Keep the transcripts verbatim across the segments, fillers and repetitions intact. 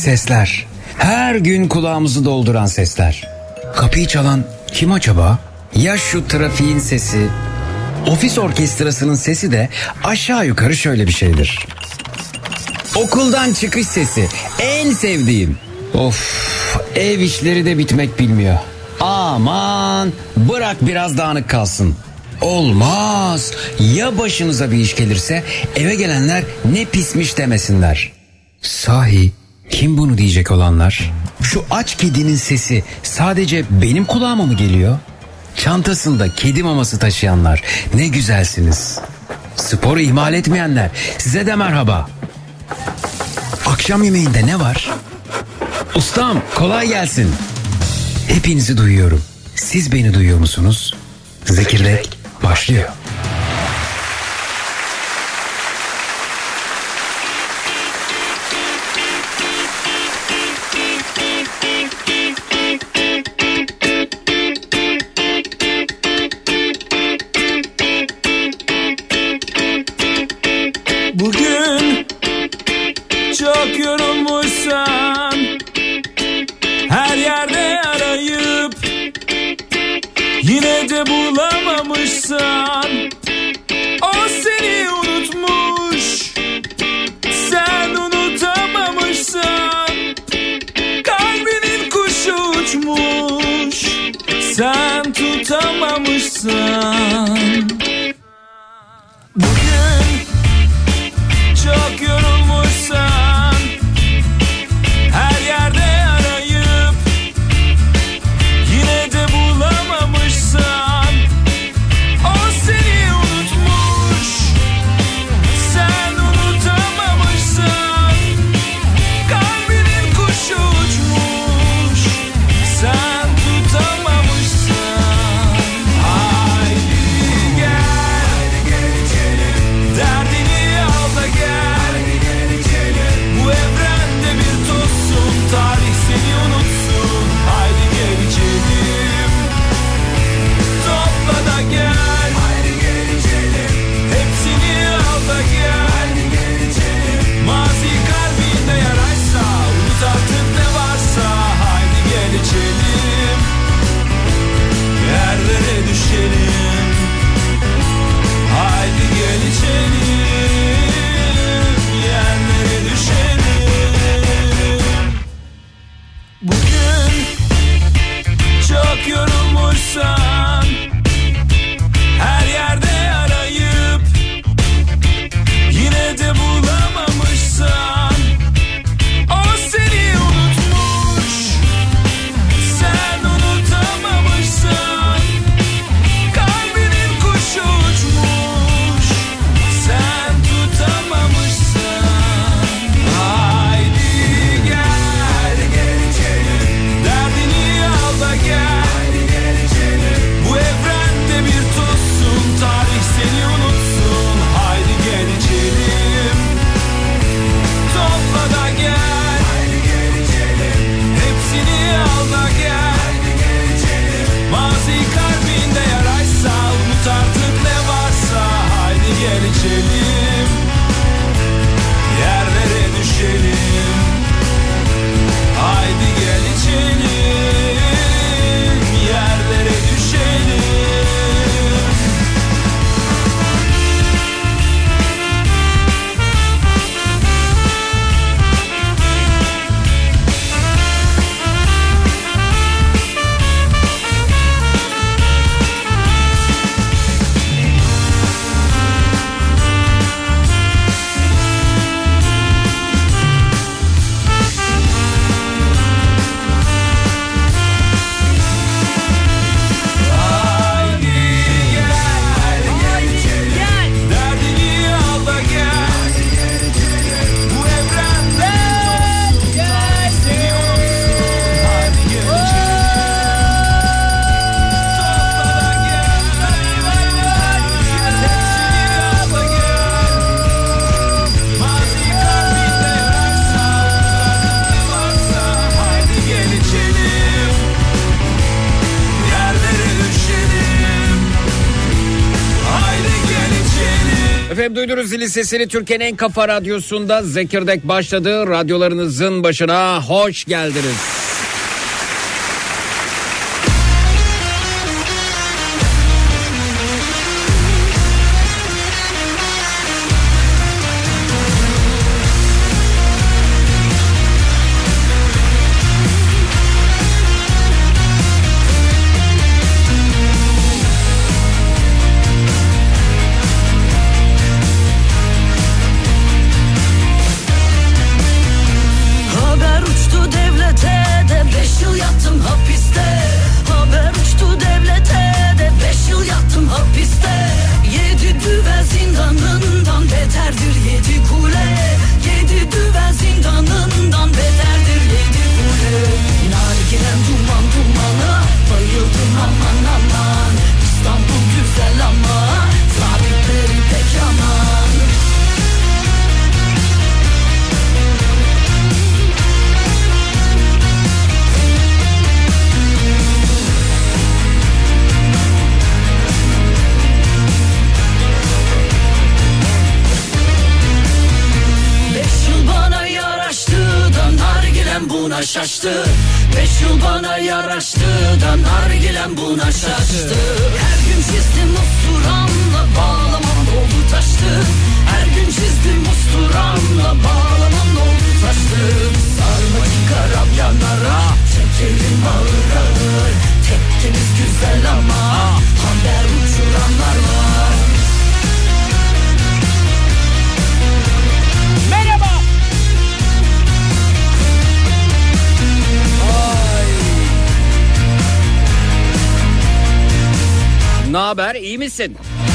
sesler. Her gün kulağımızı dolduran sesler. Kapıyı çalan kim acaba? Ya şu trafiğin sesi, ofis orkestrasının sesi de aşağı yukarı şöyle bir şeydir. Okuldan çıkış sesi, en sevdiğim. Of, ev işleri de bitmek bilmiyor. Aman, bırak biraz dağınık kalsın. Olmaz. Ya başınıza bir iş gelirse eve gelenler ne pismiş demesinler. Sahi kim bunu diyecek olanlar? Şu aç kedinin sesi sadece benim kulağıma mı geliyor? Çantasında kedi maması taşıyanlar ne güzelsiniz. Sporu ihmal etmeyenler size de merhaba. Akşam yemeğinde ne var? Ustam kolay gelsin. Hepinizi duyuyorum. Siz beni duyuyor musunuz? Zekirdek başlıyor. Bugün çok yorulmuşsan, her yerde arayıp yine de bulamamışsan, o seni unutmuş, sen unutamamışsan, kalbinin kuşu uçmuş, sen tutamamışsan. Bugün çok yorulmuşsan, her yerde arayıp yine de bulamamışsan, o seni F M duydunuz zilin sesini, Türkiye'nin en kafa radyosunda Zekirdek başladı. Radyolarınızın başına hoş geldiniz. Şaştı. Beş yıl bana yaraştı da nargilem buna şaştı. Her gün çizdim usturamla bağlamam oldu taştı. Her gün çizdim usturamla bağlamam oldu taştı. Sarma çıkarap yanlara, çekelim ağır ağır. Tekkeniz güzel ama haber uçuranlar var. Merhaba. Ne haber, iyi misin?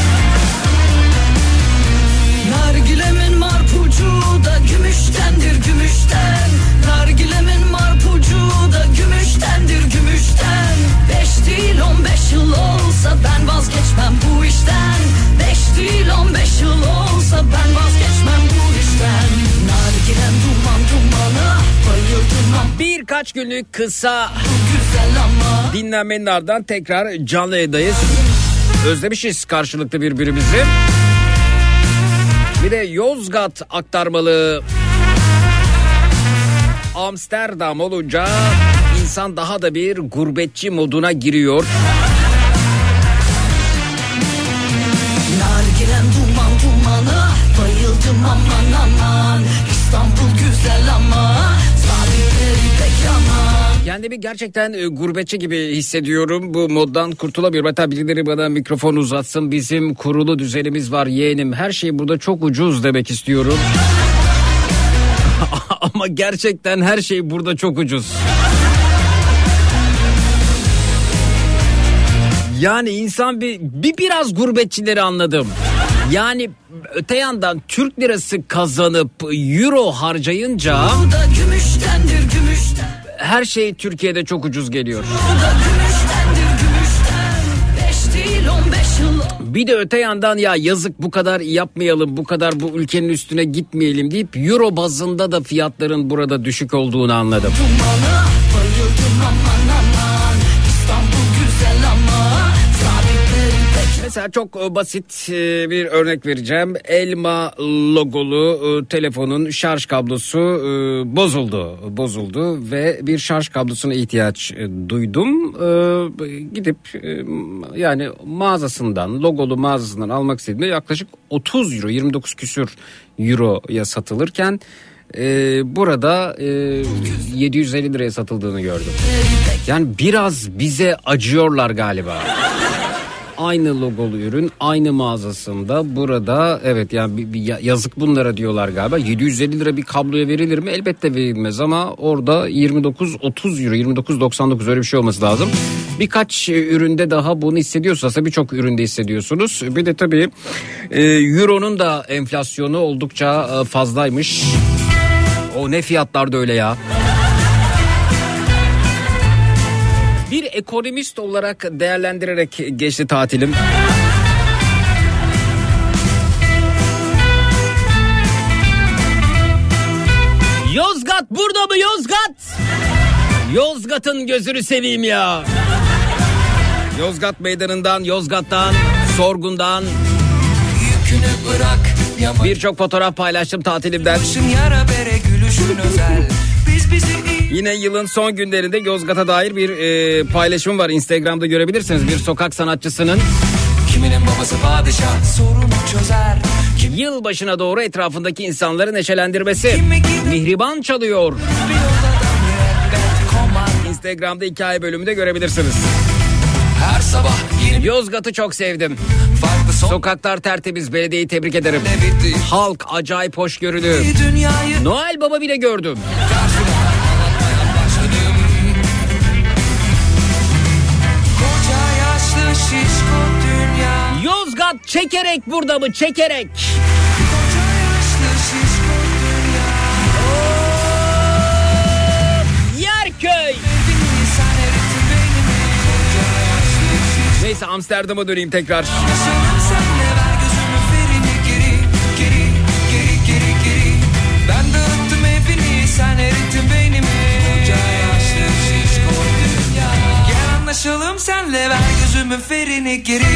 Nargilemin marpucu da gümüştendir gümüşten. Nargilemin marpucu da gümüştendir gümüşten. Beş değil on beş yıl olsa ben vazgeçmem bu işten. Beş değil on beş yıl olsa ben vazgeçmem bu işten. Nargilem duman dumana bayıldım ama. Birkaç günlük kısa güzel ama. dinlenmenin ardından tekrar canlı yayındayız. Özlemişiz karşılıklı birbirimizi. Bir de Yozgat aktarmalı Amsterdam olunca insan daha da bir gurbetçi moduna giriyor. Nargilem duman dumana bayıldım aman aman. İstanbul güzel ama sabitleri pek aman. Kendimi gerçekten e, gurbetçi gibi hissediyorum. Bu moddan kurtulamıyorum. Hatta birileri bana mikrofon uzatsın. Bizim kurulu düzenimiz var yeğenim. Her şey burada çok ucuz demek istiyorum. Ama gerçekten her şey burada çok ucuz. Yani insan bir, bir biraz gurbetçileri anladım. Yani öte yandan Türk lirası kazanıp euro harcayınca Gümüştendir gümüşten. her şey Türkiye'de çok ucuz geliyor. Bir de öte yandan ya yazık bu kadar yapmayalım, bu kadar bu ülkenin üstüne gitmeyelim deyip euro bazında da fiyatların burada düşük olduğunu anladım. Dumana bayıldım aman aman. İstanbul güzel ama sabitleri pek. Mesela çok basit bir örnek vereceğim. Elma logolu telefonun şarj kablosu bozuldu. Bozuldu ve bir şarj kablosuna ihtiyaç duydum. Gidip yani mağazasından, logolu mağazasından almak istediğimde yaklaşık otuz euro, yirmi dokuz küsür euroya satılırken burada yedi yüz elli liraya satıldığını gördüm. Yani biraz bize acıyorlar galiba. Aynı logolu ürün aynı mağazasında burada evet yani bir, bir yazık bunlara diyorlar galiba. Yedi yüz elli lira bir kabloya verilir mi? Elbette verilmez ama orada yirmi dokuz otuz euro, yirmi dokuz doksan dokuz öyle bir şey olması lazım. Birkaç üründe daha bunu hissediyorsa birçok üründe hissediyorsunuz. Bir de tabii euronun da enflasyonu oldukça fazlaymış. O ne fiyatlarda öyle ya. Bir ekonomist olarak değerlendirerek geçti tatilim. Yozgat burada mı Yozgat? Yozgat'ın gözünü seveyim ya. Yozgat meydanından, Yozgat'tan, Sorgun'dan. Yükünü bırak. Birçok fotoğraf paylaştım tatilimden. Yara bere gülüşün özel. Biz bizi Yine yılın son günlerinde Yozgat'a dair bir e, paylaşım var. Instagram'da görebilirsiniz. Bir sokak sanatçısının kiminin babası padişah sorunu çözer. Kim yıl başına doğru etrafındaki insanları neşelendirmesi. Mihriban çalıyor. bir odadan müebbet komar. Instagram'da hikaye bölümünde görebilirsiniz. Her sabah yeni Yozgat'ı çok sevdim. farklı son Sokaklar tertemiz, belediyeyi tebrik ederim. bitti. Halk acayip hoşgörülü. Dünyayı Noel Baba bile gördüm. karşıma anlatmaya başladım. Koca yaşlı şişko dünya. Yozgat çekerek burada mı? Çekerek. Koca yaşlı şişko dünya. Yerköy. Beni sen erittin beynimi. Koca yaşlı şişko. Neyse Amsterdam'a döneyim tekrar. Yaşarım senle ver gözümü ferini geri. Geri geri geri geri. Ben dağıttım evini sen erittin beynimi. Koca yaşlı şişko dünya. Gel anlaşalım senle ver gözümü ferini geri.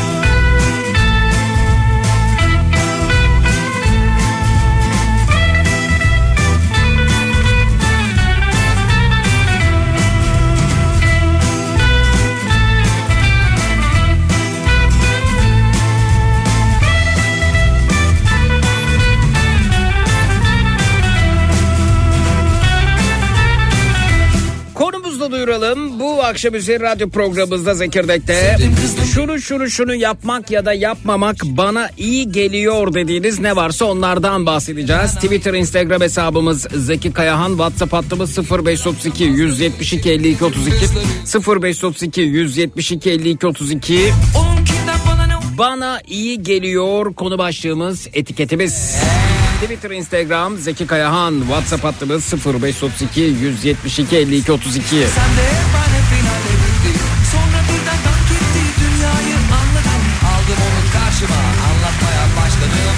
Konumuzu da duyuralım. Bu akşam üzeri radyo programımızda Zekirdek'te şunu şunu şunu yapmak ya da yapmamak bana iyi geliyor dediğiniz ne varsa onlardan bahsedeceğiz. Twitter, Instagram hesabımız Zeki Kayahan, WhatsApp hattımız sıfır beş otuz iki yüz yetmiş iki elli iki otuz iki sıfır beş otuz iki yüz yetmiş iki elli iki otuz iki. Onunkinden bana ne Bana iyi geliyor konu başlığımız, etiketimiz. Twitter, Instagram Zeki Kayahan, WhatsApp hattımız sıfır beş otuz iki yüz yetmiş iki elli iki otuz iki. sen de bana finale bitti. Sonra birden dank etti dünyayı anladım. Aldım onu karşıma anlatmaya başladım.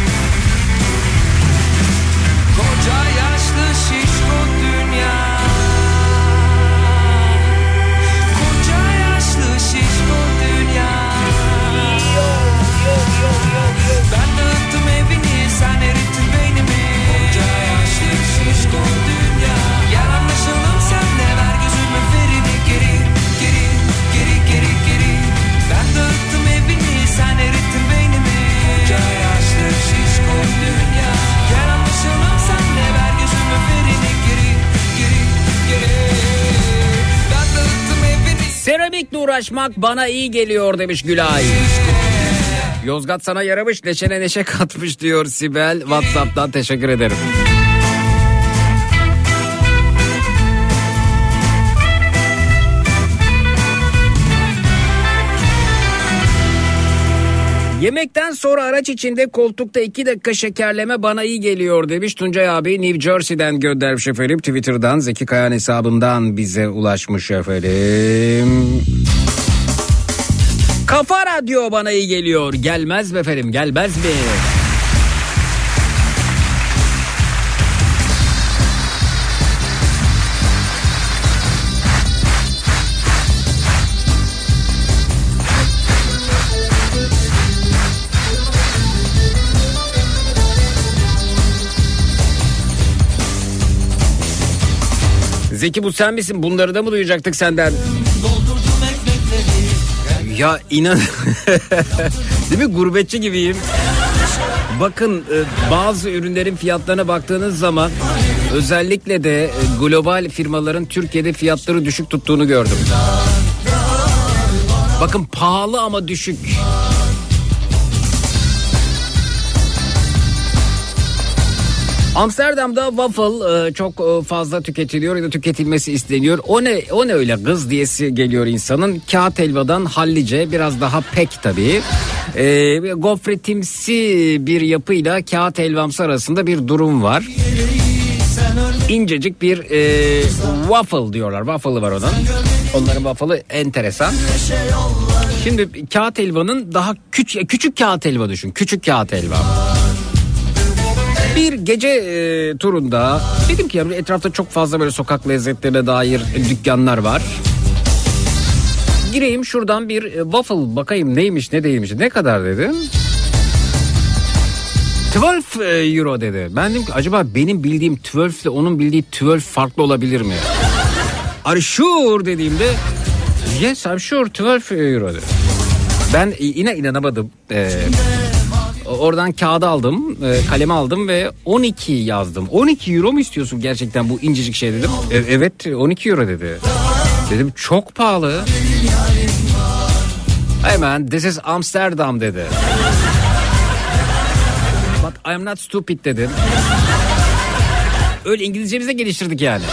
Koca yaşlı şişko dünya. Koca yaşlı şişko dünya. Ben dağıttım evini sen erittin beynimi. Koca yaşlı şişko dünya. Gel anlaşalım senle ver gözümü ferini geri. Geri geri geri geri. Ben dağıttım evini sen erittin beynimi. Koca yaşlı şişko dünya. Gel anlaşalım senle ver gözümü ferini geri. Geri geri. Ben dağıttım evini. Seramikle uğraşmak bana iyi geliyor demiş Gülay. Yozgat sana yaramış, neşene neşe katmış diyor Sibel. WhatsApp'tan teşekkür ederim. Yemekten sonra araç içinde koltukta iki dakika şekerleme bana iyi geliyor demiş Tuncay abi. New Jersey'den göndermiş efendim. Twitter'dan Zeki Kayan hesabından bize ulaşmış efendim. Kafa Radyo bana iyi geliyor. Gelmez mi efendim, gelmez mi? Zeki bu sen misin? Bunları da mı duyacaktık senden? Ya inan değil mi, gurbetçi gibiyim. Bakın bazı ürünlerin fiyatlarına baktığınız zaman özellikle de global firmaların Türkiye'de fiyatları düşük tuttuğunu gördüm. Bakın pahalı ama düşük. Amsterdam'da waffle çok fazla tüketiliyor ya da tüketilmesi isteniyor. O ne o ne öyle kız diyesi geliyor insanın. Kağıt helvadan hallice, biraz daha pek tabii. E, gofretimsi bir yapıyla kağıt helvamsı arasında bir durum var. İncecik bir e, waffle diyorlar. Waffle'ı var onun. Onların waffle'ı enteresan. Şimdi kağıt helvanın daha küçük küçük kağıt helva düşün. Küçük kağıt helva. Bir gece e, turunda dedim ki ya etrafta çok fazla böyle sokak lezzetlerine dair dükkanlar var. Gireyim şuradan bir e, waffle bakayım neymiş ne değilmiş. Ne kadar dedim. on iki euro dedi. Ben dedim ki acaba benim bildiğim on iki ile onun bildiği on iki farklı olabilir mi? Are you sure dediğimde yes I'm sure on iki euro dedi. Ben yine inanamadım. Ee, oradan kağıdı aldım, e, kalemi aldım ve on iki yazdım. on iki euro mu istiyorsun gerçekten bu incecik şey dedim. E, evet on iki euro dedi. Dedim çok pahalı. Hey man, this is Amsterdam dedi. But I'm not stupid dedim. Öyle İngilizcemizi de geliştirdik yani.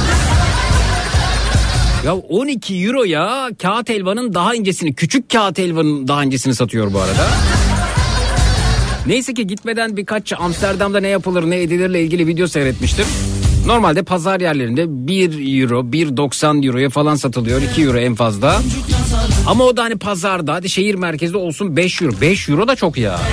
Ya on iki euro ya kağıt helvanın daha incesini, küçük kağıt helvanın daha incesini satıyor bu arada. Neyse ki gitmeden birkaç Amsterdam'da ne yapılır ne edilirle ilgili video seyretmiştim. Normalde pazar yerlerinde bir euro, bir doksan euroya falan satılıyor. iki euro en fazla. Ama o da hani pazarda, hadi şehir merkezde olsun beş euro. beş euro da çok ya.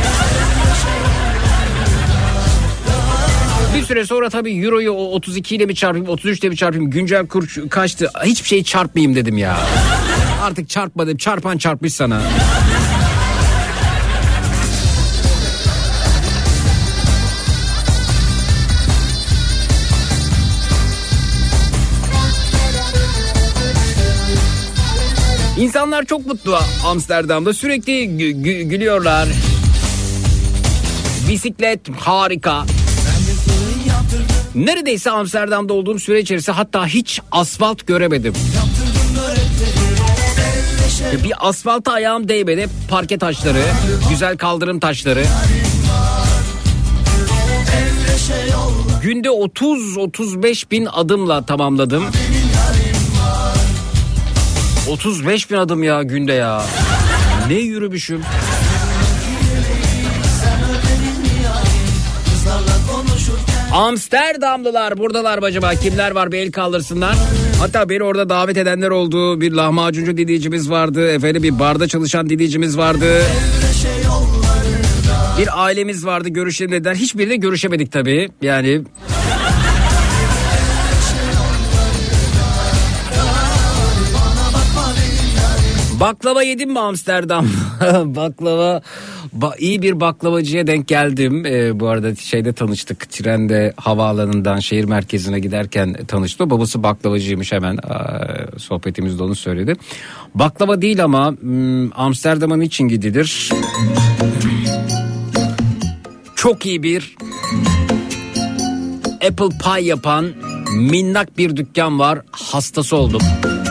Bir süre sonra tabii euroyu otuz iki ile mi çarpayım, otuz üç ile mi çarpayım, güncel kur kaçtı, hiçbir şeyi çarpmayayım dedim ya. Artık çarpmadım, çarpan çarpmış sana. İnsanlar çok mutlu Amsterdam'da, sürekli gü- gü- gülüyorlar. Bisiklet harika. Neredeyse Amsterdam'da olduğum süre içerisinde hatta hiç asfalt göremedim. Bir asfalta ayağım değmedi. Parke taşları, güzel kaldırım taşları. Günde otuz otuz beş bin adımla tamamladım. otuz beş bin adım ya günde ya. Ne yürümüşüm. Amsterdamlılar buradalar mı acaba? Kimler var, bir el kaldırsınlar. Hatta beni orada davet edenler oldu. Bir lahmacuncu dinleyicimiz vardı. Efendim bir barda çalışan dinleyicimiz vardı. Bir ailemiz vardı, görüşelim dediler. Hiçbiriyle görüşemedik tabii. Yani... Baklava yedim mi Amsterdam? Baklava, ba, iyi bir baklavacıya denk geldim. Ee, bu arada şeyde tanıştık, trende havaalanından şehir merkezine giderken tanıştı. Babası baklavacıymış, hemen aa, sohbetimizde onu söyledi. Baklava değil ama hmm, Amsterdam'ın için gidilir. Çok iyi bir apple pie yapan minnak bir dükkan var. Hastası oldum.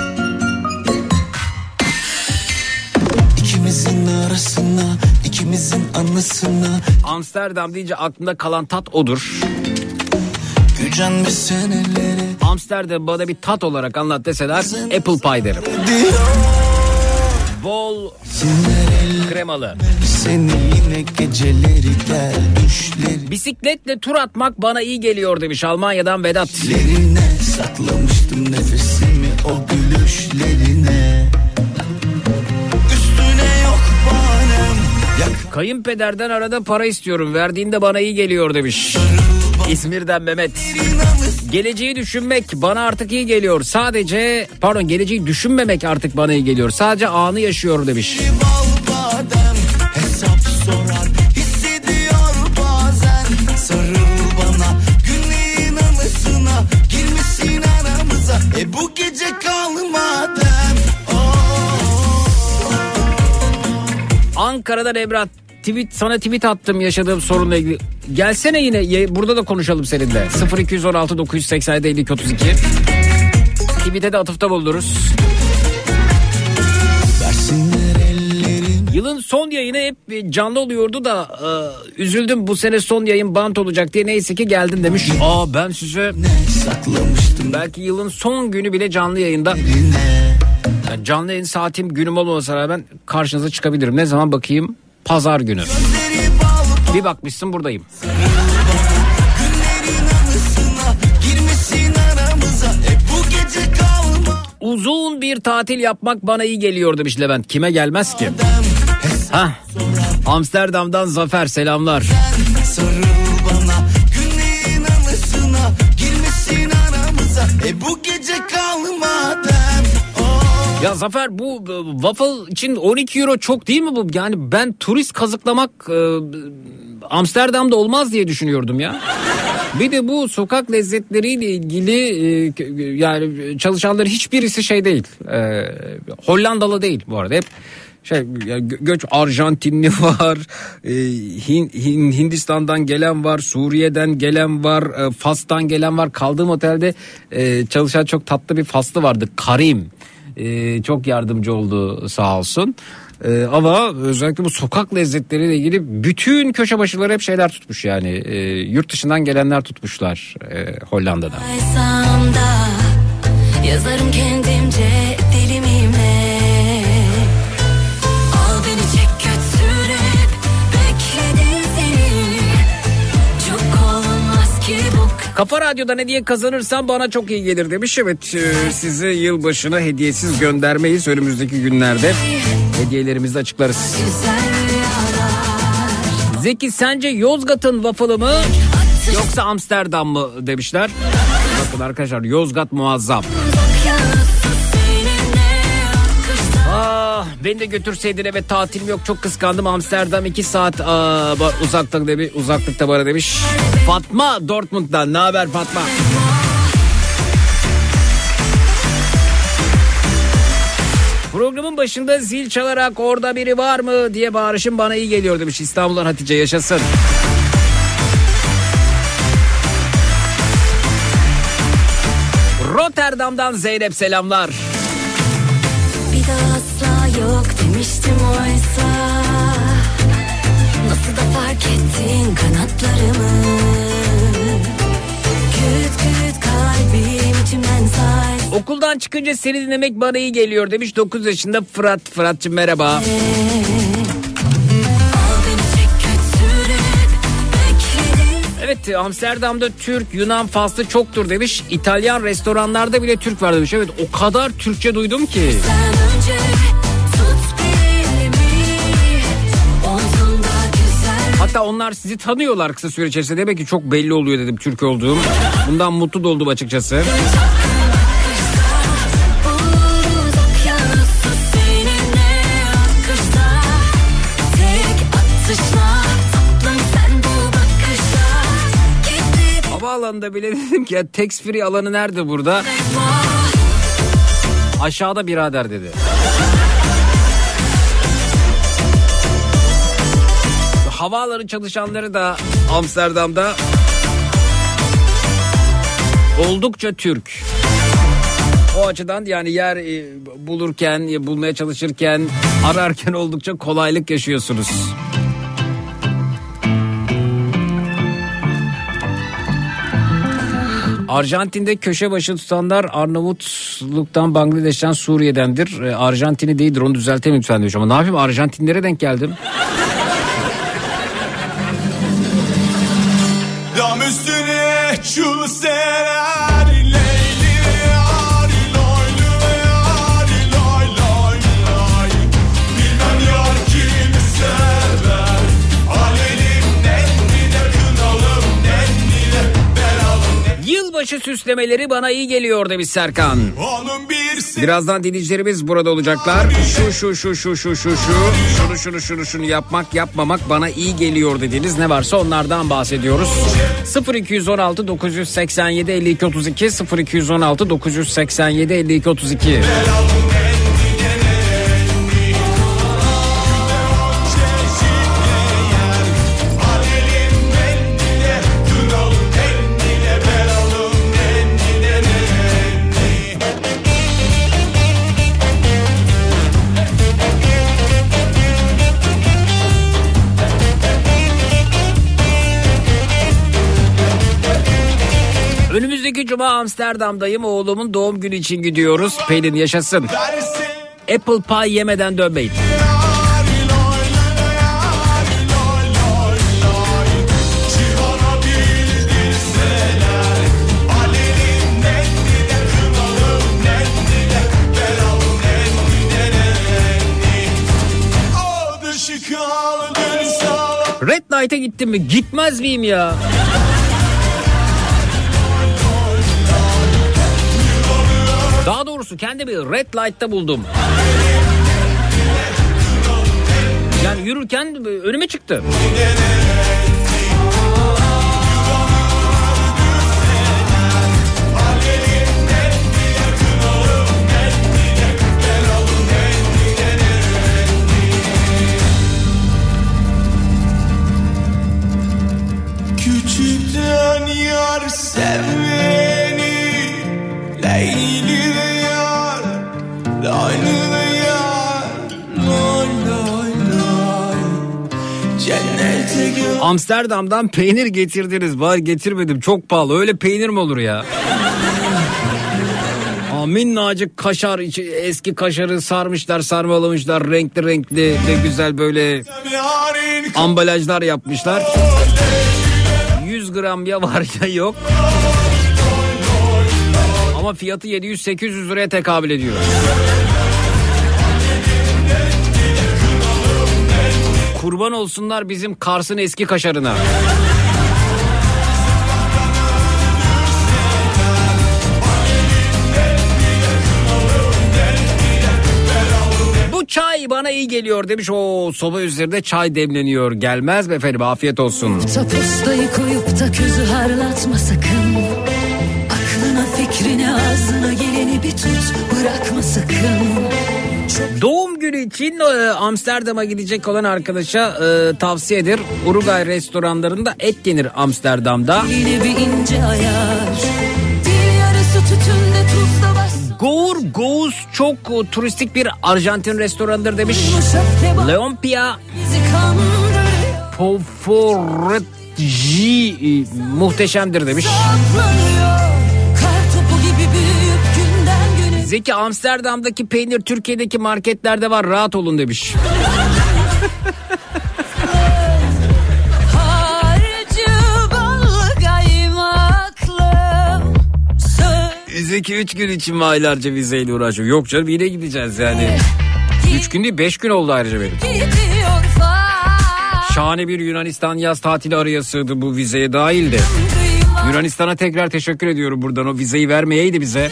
İkimizin arasına, ikimizin anısına. Amsterdam deyince aklımda kalan tat odur. Gücenmiş seneleri. Amsterdam bana bir tat olarak anlat deseler apple pie derim. Bol kremalı. Seni yine geceleri gel düşleri. Bisikletle tur atmak bana iyi geliyor demiş Almanya'dan Vedat. Lerine saklamıştım nefesimi o gülüşlerine. Kayınpederden arada para istiyorum, verdiğinde bana iyi geliyor demiş İzmir'den Mehmet. Geleceği düşünmek bana artık iyi geliyor. Sadece pardon geleceği düşünmemek artık bana iyi geliyor. Sadece anı yaşıyor demiş. Hesap sorar, hissediyor bazen. Sarıl bana, günlerin anısına, girmişsin aramıza. E bu gece kalmadım. Ankara'dan Emrah, tweet, sana tweet attım yaşadığım sorunla ilgili. Gelsene yine, burada da konuşalım seninle. sıfır iki on altı dokuz seksen yedi elli iki otuz iki. Tweet'e de atıfta bulunuruz. Yılın son yayını hep canlı oluyordu da e, üzüldüm, bu sene son yayın bant olacak diye, neyse ki geldin demiş. Aa ben size belki yılın son günü bile canlı yayında. Yani canlı yayın saatim günüm olmamasına rağmen karşınıza çıkabilirim. Ne zaman bakayım? Pazar günü. Bir bakmışsın buradayım. Uzun bir tatil yapmak bana iyi geliyor demiş Levent. Kime gelmez ki? Hah. Amsterdam'dan Zafer selamlar. E bu gece kalmadım. Ya Zafer, bu waffle için on iki euro çok değil mi bu? Yani ben turist kazıklamak e, Amsterdam'da olmaz diye düşünüyordum ya. Bir de bu sokak lezzetleriyle ilgili e, yani çalışanların hiçbirisi şey değil. E, Hollandalı değil bu arada. Hep şey göç Arjantinli var, e, Hin, Hin, Hindistan'dan gelen var, Suriye'den gelen var, e, Fas'tan gelen var. Kaldığım otelde e, çalışan çok tatlı bir Faslı vardı, Karim. E, çok yardımcı oldu sağ olsun. Ee, ama özellikle bu sokak lezzetleriyle ilgili bütün köşe başıları hep şeyler tutmuş yani. Ee, yurt dışından gelenler tutmuşlar e, Hollanda'dan. Yazarım kendimce dilimimle. Al beni çek götür hep bekledim seni. Çok olmaz ki bu. Kafa Radyo'dan hediye kazanırsam bana çok iyi gelir demiş. Evet, e, size yılbaşına hediyesiz göndermeyiz önümüzdeki günlerde. Hediyelerimizi açıklarız. Zeki sence Yozgat'ın waffle'ı mı yoksa Amsterdam mı demişler. Bakın arkadaşlar, Yozgat muazzam. Ah, beni de götürseydin, evet tatilim yok, çok kıskandım. Amsterdam iki saat aa, uzaklıkta, uzaklıkta bana demiş. Fatma Dortmund'dan, ne haber Fatma? Programın başında zil çalarak orada biri var mı diye bağırışım bana iyi geliyor demiş. İstanbul'dan Hatice, yaşasın. Rotterdam'dan Zeynep selamlar. Bir daha asla yok demiştim oysa. Nasıl da fark ettin kanatlarımı. Küt küt kalbim içimden say. Okuldan çıkınca seni dinlemek bana iyi geliyor demiş dokuz yaşında Fırat. Fırat'cığım merhaba. Evet, Amsterdam'da Türk, Yunan, Faslı çoktur demiş. İtalyan restoranlarda bile Türk var demiş. Evet, o kadar Türkçe duydum ki. Hatta onlar sizi tanıyorlar kısa süre içerisinde. Demek ki çok belli oluyor dedim Türk olduğum. Bundan mutlu da oldum açıkçası. Havaalanında bile dedim ki ya, tax free alanı nerede burada? Aşağıda birader dedi. Havaalanı çalışanları da Amsterdam'da oldukça Türk. O açıdan yani yer e, bulurken, e, bulmaya çalışırken, ararken oldukça kolaylık yaşıyorsunuz. Arjantin'de köşe başı tutanlar Arnavutluk'tan, Bangladeş'ten, Suriye'dendir. E, Arjantin'i değildir, onu düzelteyim lütfen demiş. Ama ne yapayım, Arjantinlere denk geldim. Dam üstüne çul serer. Yılbaşı süslemeleri bana iyi geliyor demiş Serkan. Birazdan dinleyicilerimiz burada olacaklar. Şu şu şu şu şu şu şu şunu şunu şunu şunu yapmak yapmamak bana iyi geliyor dediğiniz ne varsa onlardan bahsediyoruz. sıfır iki on altı dokuz yüz seksen yedi elli iki otuz iki sıfır iki on altı dokuz yüz seksen yedi elli iki otuz iki. Önümüzdeki cuma Amsterdam'dayım. Oğlumun doğum günü için gidiyoruz. Pelin yaşasın. Apple pie yemeden dönmeyin. Red Light'a gittim mi? Gitmez miyim ya? Daha doğrusu kendimi Red Light'ta buldum. Yani yürürken önüme çıktı. Aynı da yar, aynı da yar, lay lay lay. Cennete gö- Amsterdam'dan peynir getirdiniz. Var getirmedim, çok pahalı. Öyle peynir mi olur ya? Aa, minnacık kaşar, eski kaşarı sarmışlar, sarmalamışlar, renkli renkli ne güzel böyle ambalajlar yapmışlar. yüz gram ya var ya yok. Ama fiyatı yedi yüz sekiz yüz liraya tekabül ediyor. Kurban olsunlar bizim Kars'ın eski kaşarına. Bu çay bana iyi geliyor demiş. O soba üzerinde çay demleniyor. Gelmez mi efendim? Afiyet olsun. Postayı koyup da közü harlatma sakın. Aklına fikrine ağzına geleni bir tut, bırakma sakın. Doğum günü için e, Amsterdam'a gidecek olan arkadaşa e, tavsiyedir. Uruguay restoranlarında et yenir Amsterdam'da. Yine bir ince ayar. Dil yarısı tütünde tuzla bas. Gour, Gouz çok e, turistik bir Arjantin restoranıdır demiş. Leompia Bizi kandırıyor. Poforetji e, muhteşemdir demiş. Saklanıyor. Kar topu gibi büyüyüp günden güne. Zeki, Amsterdam'daki peynir Türkiye'deki marketlerde var, rahat olun demiş. Harcı ballı kaymaklı. Zeki üç gün için mi aylarca vizeyle uğraşıyor? Yok canım, yine gideceğiz yani. üç gün değil, beş gün oldu ayrıca benim. Gidiyor far. Şahane bir Yunanistan yaz tatili araya sığdı, bu vizeye dahildi. Yunanistan'a tekrar teşekkür ediyorum buradan, o vizeyi vermeyeydi bize.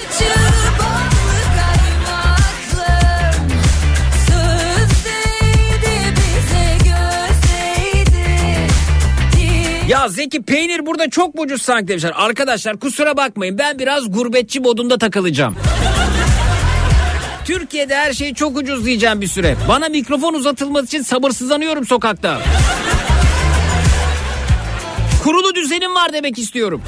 Ya Zeki, peynir burada çok mu ucuz sanki demişler. Arkadaşlar kusura bakmayın, ben biraz gurbetçi modunda takılacağım. Türkiye'de her şey çok ucuz diyeceğim bir süre. Bana mikrofon uzatılması için sabırsızlanıyorum sokakta. Kurulu düzenim var demek istiyorum.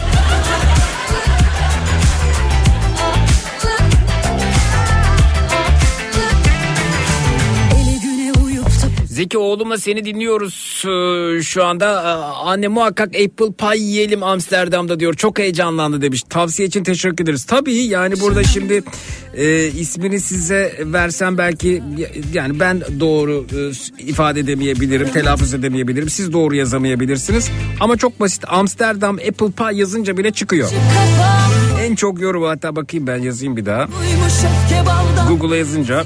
Zeki, oğlumla seni dinliyoruz ee, şu anda. Ee, anne muhakkak apple pie yiyelim Amsterdam'da diyor. Çok heyecanlandı demiş. Tavsiye için teşekkür ederiz. Tabii yani burada şimdi e, ismini size versem belki yani ben doğru e, ifade edemeyebilirim, telaffuz edemeyebilirim. Siz doğru yazamayabilirsiniz. Ama çok basit. Amsterdam apple pie yazınca bile çıkıyor. En çok yorum, hatta bakayım ben yazayım bir daha. Google'a yazınca.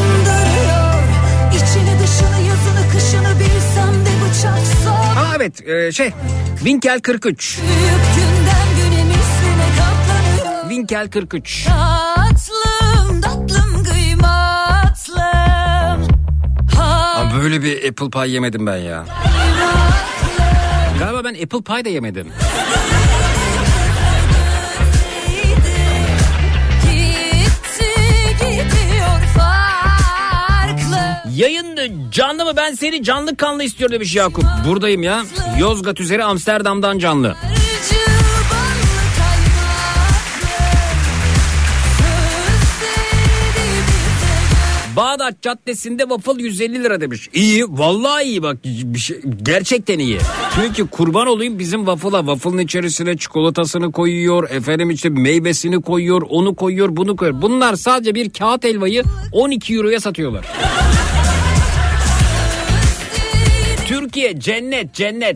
İçini dışını yazını kışını bilsem de bıçak sor. Aa evet e, şey Winkel kırk üç. Büyük günden güne misline katlanıyor. Winkel kırk üç. Tatlım tatlım kıymatlım. Aa, böyle bir apple pie yemedim ben ya. Galiba ben apple pie de yemedim. Yayın canlı mı? Ben seni canlı kanlı istiyorum demiş Yakup. Buradayım ya. Yozgat üzeri Amsterdam'dan canlı. Bağdat Caddesi'nde waffle yüz elli lira demiş. İyi, vallahi iyi bak, bir şey, gerçekten iyi. Çünkü kurban olayım bizim waffle'a. Waffle'ın içerisine çikolatasını koyuyor, efendim işte meyvesini koyuyor, onu koyuyor, bunu koyuyor. Bunlar sadece bir kağıt helvayı on iki euroya satıyorlar. Türkiye cennet cennet.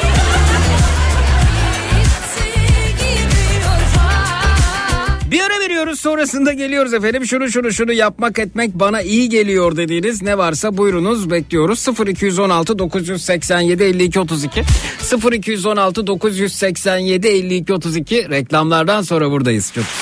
Bir ara veriyoruz, sonrasında geliyoruz efendim. Şunu şunu şunu yapmak etmek bana iyi geliyor dediğiniz ne varsa buyurunuz, bekliyoruz. sıfır iki on altı dokuz seksen yedi elli iki otuz iki sıfır iki on altı dokuz seksen yedi elli iki otuz iki reklamlardan sonra buradayız. Çok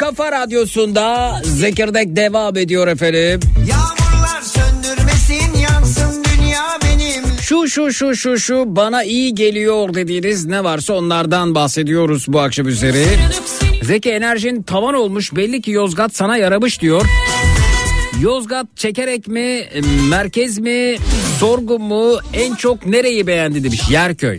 Kafa Radyosu'nda Zekirdek devam ediyor efendim. Yağmurlar söndürmesin, yansın dünya benim. Şu şu şu şu şu bana iyi geliyor dediğiniz ne varsa onlardan bahsediyoruz bu akşam üzeri. Zeki, enerjin tavan olmuş, belli ki Yozgat sana yaramış diyor. Yozgat çekerek mi, merkez mi, sorgun mu, en çok nereyi beğendi demiş. Yerköy.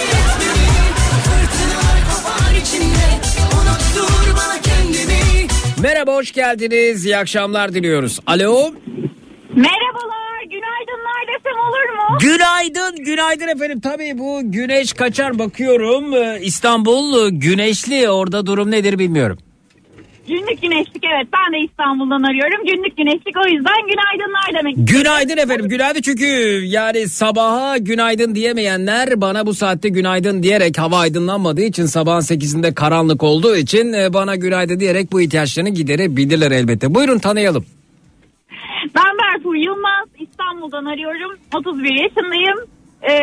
Merhaba, hoş geldiniz. İyi akşamlar diliyoruz. Alo. Merhabalar, günaydınlar desem olur mu? Günaydın, günaydın efendim. Tabii bu güneş kaçar bakıyorum. İstanbul güneşli, orada durum nedir bilmiyorum. Günlük güneşlik, evet, ben de İstanbul'dan arıyorum. Günlük güneşlik, o yüzden günaydınlar demek. Günaydın efendim, günaydın, çünkü yani sabaha günaydın diyemeyenler bana bu saatte günaydın diyerek, hava aydınlanmadığı için, sabahın sekizinde karanlık olduğu için bana günaydın diyerek bu ihtiyaçlarını giderebilirler elbette. Buyurun, tanıyalım. Ben Berfu Yılmaz, İstanbul'dan arıyorum. otuz bir yaşındayım. Ee,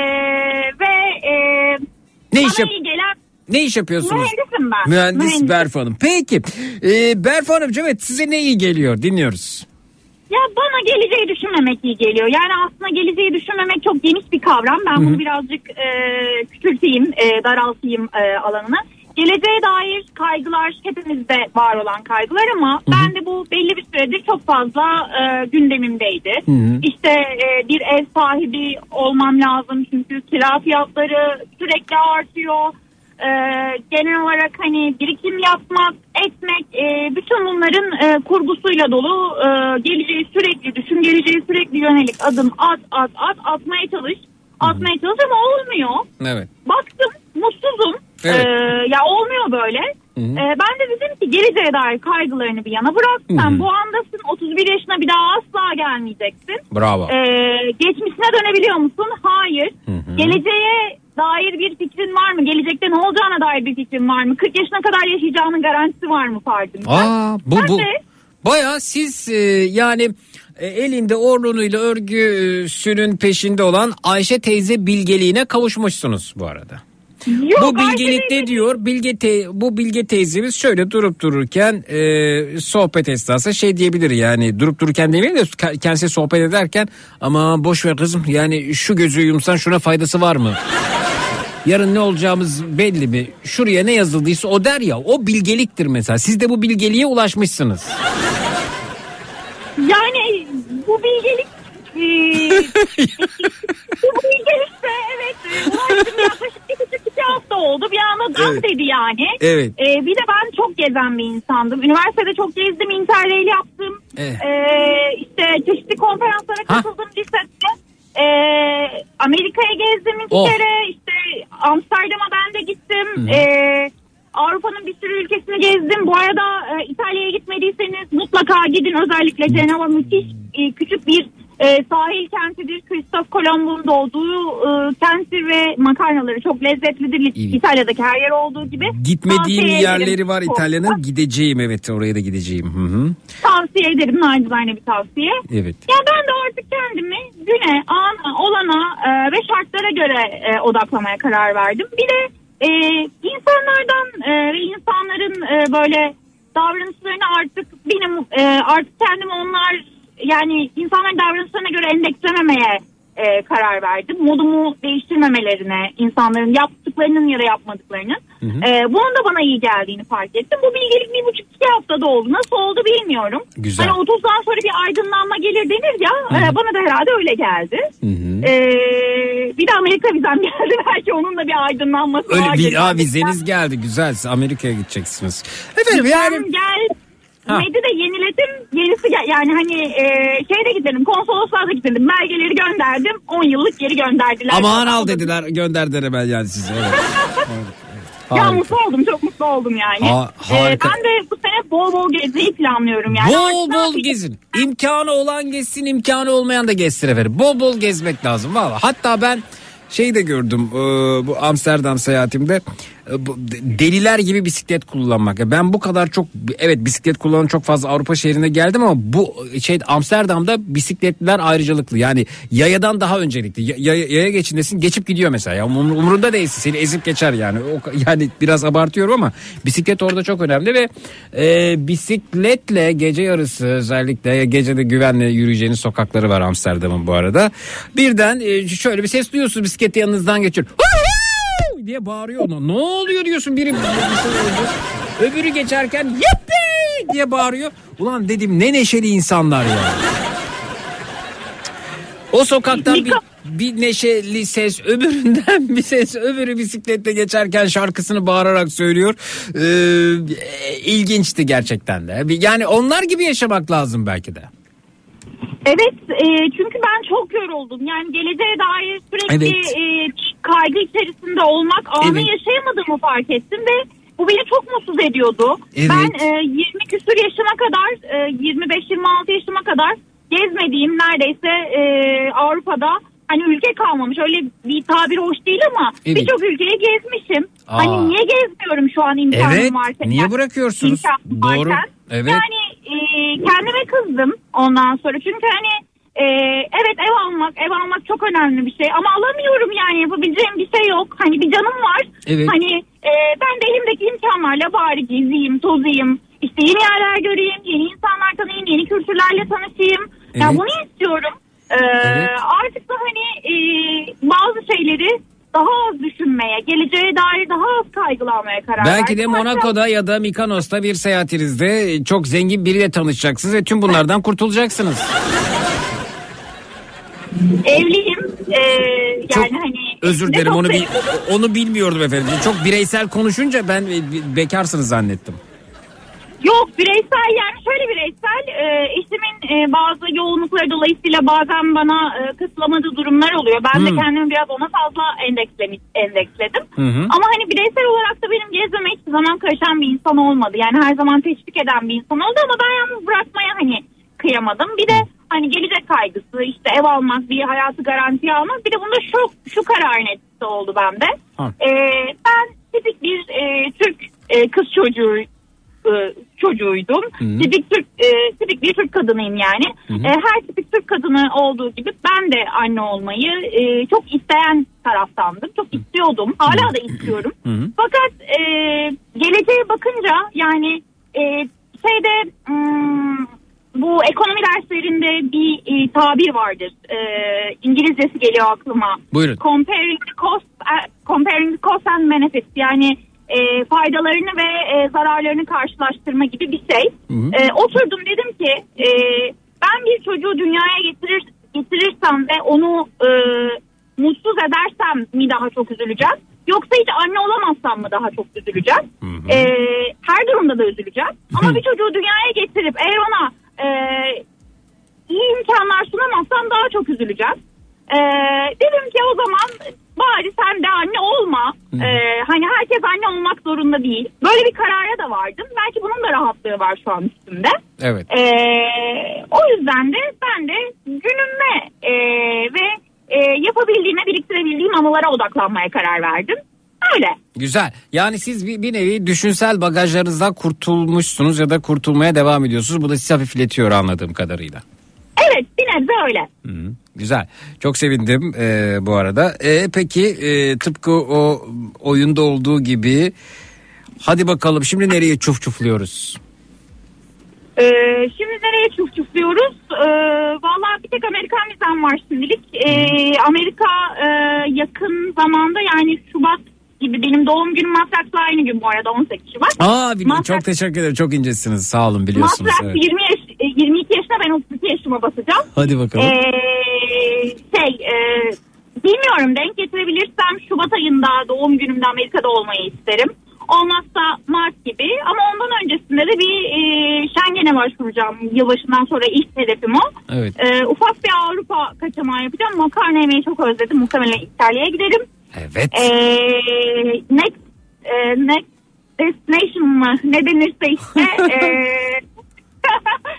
ve e, ne bana iş yap- iyi gelen... Ne iş yapıyorsunuz? Mühendisim ben. Mühendis, Mühendis. Berfu Hanım. Peki ee, Berfu Hanımcığım, evet, size ne iyi geliyor, dinliyoruz. Ya bana geleceği düşünmemek iyi geliyor. Yani aslında geleceği düşünmemek çok geniş bir kavram. Ben Hı-hı. bunu birazcık e, küçülteyim, e, daraltayım e, alanını. Geleceğe dair kaygılar hepimizde var olan kaygılar ama Hı-hı. ben de bu belli bir süredir çok fazla e, gündemimdeydi. Hı-hı. İşte e, bir ev sahibi olmam lazım çünkü kira fiyatları sürekli artıyor. Ee, genel olarak hani birikim yapmak, etmek, e, bütün bunların e, kurgusuyla dolu. E, geleceği sürekli düşün, geleceği sürekli yönelik adım at at at atmaya çalış, atmaya çalış ama olmuyor. Evet. Baktım mutsuzum. Evet. Ee, ya olmuyor böyle. Ee, ben de dedim ki geleceğe dair kaygılarını bir yana bırak. Sen Hı-hı. bu andasın, otuz bir yaşına bir daha asla gelmeyeceksin. Bravo. Ee, geçmişine dönebiliyor musun? Hayır. Hı-hı. Geleceğe dair bir fikrin var mı? Gelecekte ne olacağına dair bir fikrin var mı? kırk yaşına kadar yaşayacağının garantisi var mı farkında? Aa, bu ben bu. De, bayağı siz e, yani e, elinde orlunuyla örgüsünün peşinde olan Ayşe teyze bilgeliğine kavuşmuşsunuz bu arada. Yok, bu bilgelikte Ayşe diyor Bilge te, bu Bilge teyzemiz şöyle durup dururken e, sohbet esnasında şey diyebilir, yani durup dururken demeyelim de kendisi sohbet ederken, ama boş ver kızım, yani şu gözü yumsan şuna faydası var mı? Yarın ne olacağımız belli mi? Şuraya ne yazıldıysa o der ya, o bilgeliktir mesela. Siz de bu bilgeliğe ulaşmışsınız. Yani bu bilgelik e, bu bilgelikse evet ulaştım, yaklaşık bir buçuk iki hafta oldu. Bir anda gaz evet. dedi yani. Evet. E, bir de ben çok gezen bir insandım. Üniversitede çok gezdim, interrail yaptım. Evet. E, işte çeşitli konferanslara katıldım lisede. Ee, Amerika'ya gezdim iki oh. kere, işte Amsterdam'a ben de gittim. Ee, Avrupa'nın bir sürü ülkesini gezdim. Bu arada e, İtalya'ya gitmediyseniz mutlaka gidin, özellikle Cenova müthiş e, küçük bir e, sahil kentidir. Christoph Kolomb'un doğduğu e, kenti ve makarnaları çok lezzetlidir. Evet. İtalya'daki her yer olduğu gibi. Gitmediğim yerleri var İtalya'nın, gideceğim, evet, oraya da gideceğim. Hı hı. Tavsiye ederim, nacizane bir tavsiye. Evet. Ya ben de artık kendimi güne, ana, olana e, ve şartlara göre e, odaklamaya karar verdim. Bir de e, insanlardan e, ve insanların e, böyle davranışlarını artık benim e, artık kendimi onlar, yani insanların davranışlarına göre endekslememeye e, karar verdim. Modumu değiştirmemelerine, insanların yaptıklarının ya da yapmadıklarının. Hı hı. E, bunun da bana iyi geldiğini fark ettim. Bu bilgelik bir buçuk iki haftada oldu. Nasıl oldu bilmiyorum. Güzel. Hani otuzdan sonra bir aydınlanma gelir denir ya. E, bana da herhalde öyle geldi. Hı hı. E, bir de Amerika vizem geldi. Belki onun da bir aydınlanması öyle var. Bir, aa, vizeniz geldi. Güzel. Amerika'ya gideceksiniz. Efendim yani... Gel. Neydi de yeniledim, yenisi gel, yani hani e, şeyde gidelim, konsolosluğa gidelim, belgeleri gönderdim, on yıllık geri gönderdiler. Aman al dediler, gönderdiler hemen yani size. Evet. Evet. Ya mutlu oldum, çok mutlu oldum yani. Ha, harika. Ee, ben de bu sene bol bol gezmeyi planlıyorum yani. Bol bol gezin. İmkanı olan gezsin, imkanı olmayan da gezsin efendim. Bol bol gezmek lazım valla. Hatta ben Şeyi de gördüm e, bu Amsterdam seyahatimde. E, bu deliler gibi bisiklet kullanmak. Ben bu kadar çok, evet bisiklet kullanan çok fazla Avrupa şehrine geldim ama bu şey Amsterdam'da bisikletliler ayrıcalıklı. Yani yayadan daha öncelikli. Ya, yaya, yaya geçindesin, geçip gidiyor mesela. Ya umur, umurunda değilsin, seni ezip geçer yani. O, yani biraz abartıyorum ama bisiklet orada çok önemli ve e, bisikletle gece yarısı, özellikle gecede güvenle yürüyeceğiniz sokakları var Amsterdam'ın bu arada. Birden e, şöyle bir ses duyuyorsunuz, bisiklet yanınızdan geçiyor. diye bağırıyor ona. Ne oluyor diyorsun, biri öbürü geçerken yippi diye bağırıyor. Ulan dedim ne neşeli insanlar ya. O sokaktan bir, bir neşeli ses, öbüründen bir ses, öbürü bisikletle geçerken şarkısını bağırarak söylüyor. Ee, ilginçti gerçekten de. Yani onlar gibi yaşamak lazım belki de. Evet, e, çünkü ben çok yoruldum. Yani geleceğe dair sürekli evet. e, kaygı içerisinde olmak, anı evet. yaşayamadığımı fark ettim ve bu beni çok mutsuz ediyordu. Evet. Ben e, yirmi küsur yaşıma kadar, e, yirmi beş yirmi altı yaşıma kadar gezmediğim neredeyse e, Avrupa'da hani ülke kalmamış. Öyle bir tabir hoş değil ama evet. birçok ülkeyi gezmişim. Aa. Hani niye gezmiyorum şu an imkanım evet. varken? Niye bırakıyorsunuz? Doğru. Varken. Evet. Yani e, kendime kızdım ondan sonra. Çünkü hani e, evet ev almak, ev almak çok önemli bir şey. Ama alamıyorum yani, yapabileceğim bir şey yok. Hani bir canım var. Evet. Hani e, ben de elimdeki imkanlarla bari gezeyim, tozayım. İşte yeni yerler göreyim, yeni insanlar tanıyayım, yeni kültürlerle tanışayım. Evet. Yani bunu istiyorum. Ee, evet. Artık da hani e, bazı şeyleri daha az düşünmeye, geleceğe dair daha az kaygılanmaya karar verdim. Belki de Monaco'da ya da Mikonos'ta bir seyahatinizde çok zengin biriyle tanışacaksınız ve tüm bunlardan kurtulacaksınız. Evliyim. Ee, yani çok hani özür dilerim, onu bil, onu bilmiyordum efendim. Çok bireysel konuşunca ben bekarsınız zannettim. Yok, bireysel yani şöyle bireysel e, eşimin e, bazı yoğunlukları dolayısıyla bazen bana e, kısıtlamadığı durumlar oluyor. Ben hmm. de kendimi biraz ona fazla endekslemiş, endeksledim. Hmm. Ama hani bireysel olarak da benim gezmeme hiçbir zaman karışan bir insan olmadı. Yani her zaman teşvik eden bir insan oldu ama ben yalnız bırakmaya hani kıyamadım. Bir de hani gelecek kaygısı, işte ev almak, bir hayatı garantiye almak, bir de bunda şu, şu kararın etkisi oldu bende. E, ben tipik bir e, Türk e, kız çocuğu çocuğuydum. Hı-hı. Tipik Türk e, tipik bir Türk kadınıyım yani. E, her tipik Türk kadını olduğu gibi ben de anne olmayı e, çok isteyen taraftandım. Çok istiyordum. Hala da istiyorum. Hı-hı. Fakat e, geleceğe bakınca yani e, şeyde m- bu ekonomi derslerinde bir e, tabir vardır. E, İngilizcesi geliyor aklıma. Buyurun. Comparing the cost, uh, comparing the cost and benefits, yani E, faydalarını ve e, zararlarını karşılaştırma gibi bir şey. E, oturdum, dedim ki e, ben bir çocuğu dünyaya getirir getirirsem ve onu e, mutsuz edersem mi daha çok üzüleceğim? Yoksa hiç anne olamazsam mı daha çok üzüleceğim? E, her durumda da üzüleceğim. Ama bir çocuğu dünyaya getirip eğer ona e, iyi imkanlar sunamazsam daha çok üzüleceğim. E, dedim ki o zaman bari sen de anne olma. Ee, hani herkes anne olmak zorunda değil. Böyle bir karara da vardım. Belki bunun da rahatlığı var şu an üstümde. Evet. Ee, o yüzden de ben de günüme e, ve e, yapabildiğime, biriktirebildiğim anılara odaklanmaya karar verdim. Öyle. Güzel. Yani siz bir, bir nevi düşünsel bagajlarınızdan kurtulmuşsunuz ya da kurtulmaya devam ediyorsunuz. Bu da sizi hafifletiyor anladığım kadarıyla. Evet, bir nebze öyle. Hı, güzel. Çok sevindim e, bu arada. E, peki e, tıpkı o oyunda olduğu gibi hadi bakalım şimdi nereye çuf çufluyoruz? Ee, şimdi nereye çuf çufluyoruz? Ee, vallahi bir tek Amerikan vizem var şimdilik. Ee, Amerika e, yakın zamanda, yani Şubat gibi, benim doğum günüm Matraks'la aynı gün bu arada, on sekiz Şubat. Aa, biliyorum. Çok teşekkür ederim. Çok incesiniz. Sağ olun, biliyorsunuz. Matraks evet. yirmi, yaş, yirmi iki yaşına, ben otuz iki yaşıma basacağım. Hadi bakalım. Ee, şey e, bilmiyorum, denk getirebilirsem Şubat ayında doğum günümde Amerika'da olmayı isterim. Olmazsa Mart gibi, ama ondan öncesinde de bir e, Schengen'e başvuracağım. Yılbaşından sonra ilk hedefim o. Evet. E, ufak bir Avrupa kaçamağı yapacağım. Makarna yemeyi çok özledim. Muhtemelen İtalya'ya giderim. Evet. E, next, e, next destination mı ne denirse işte e, muhtemelen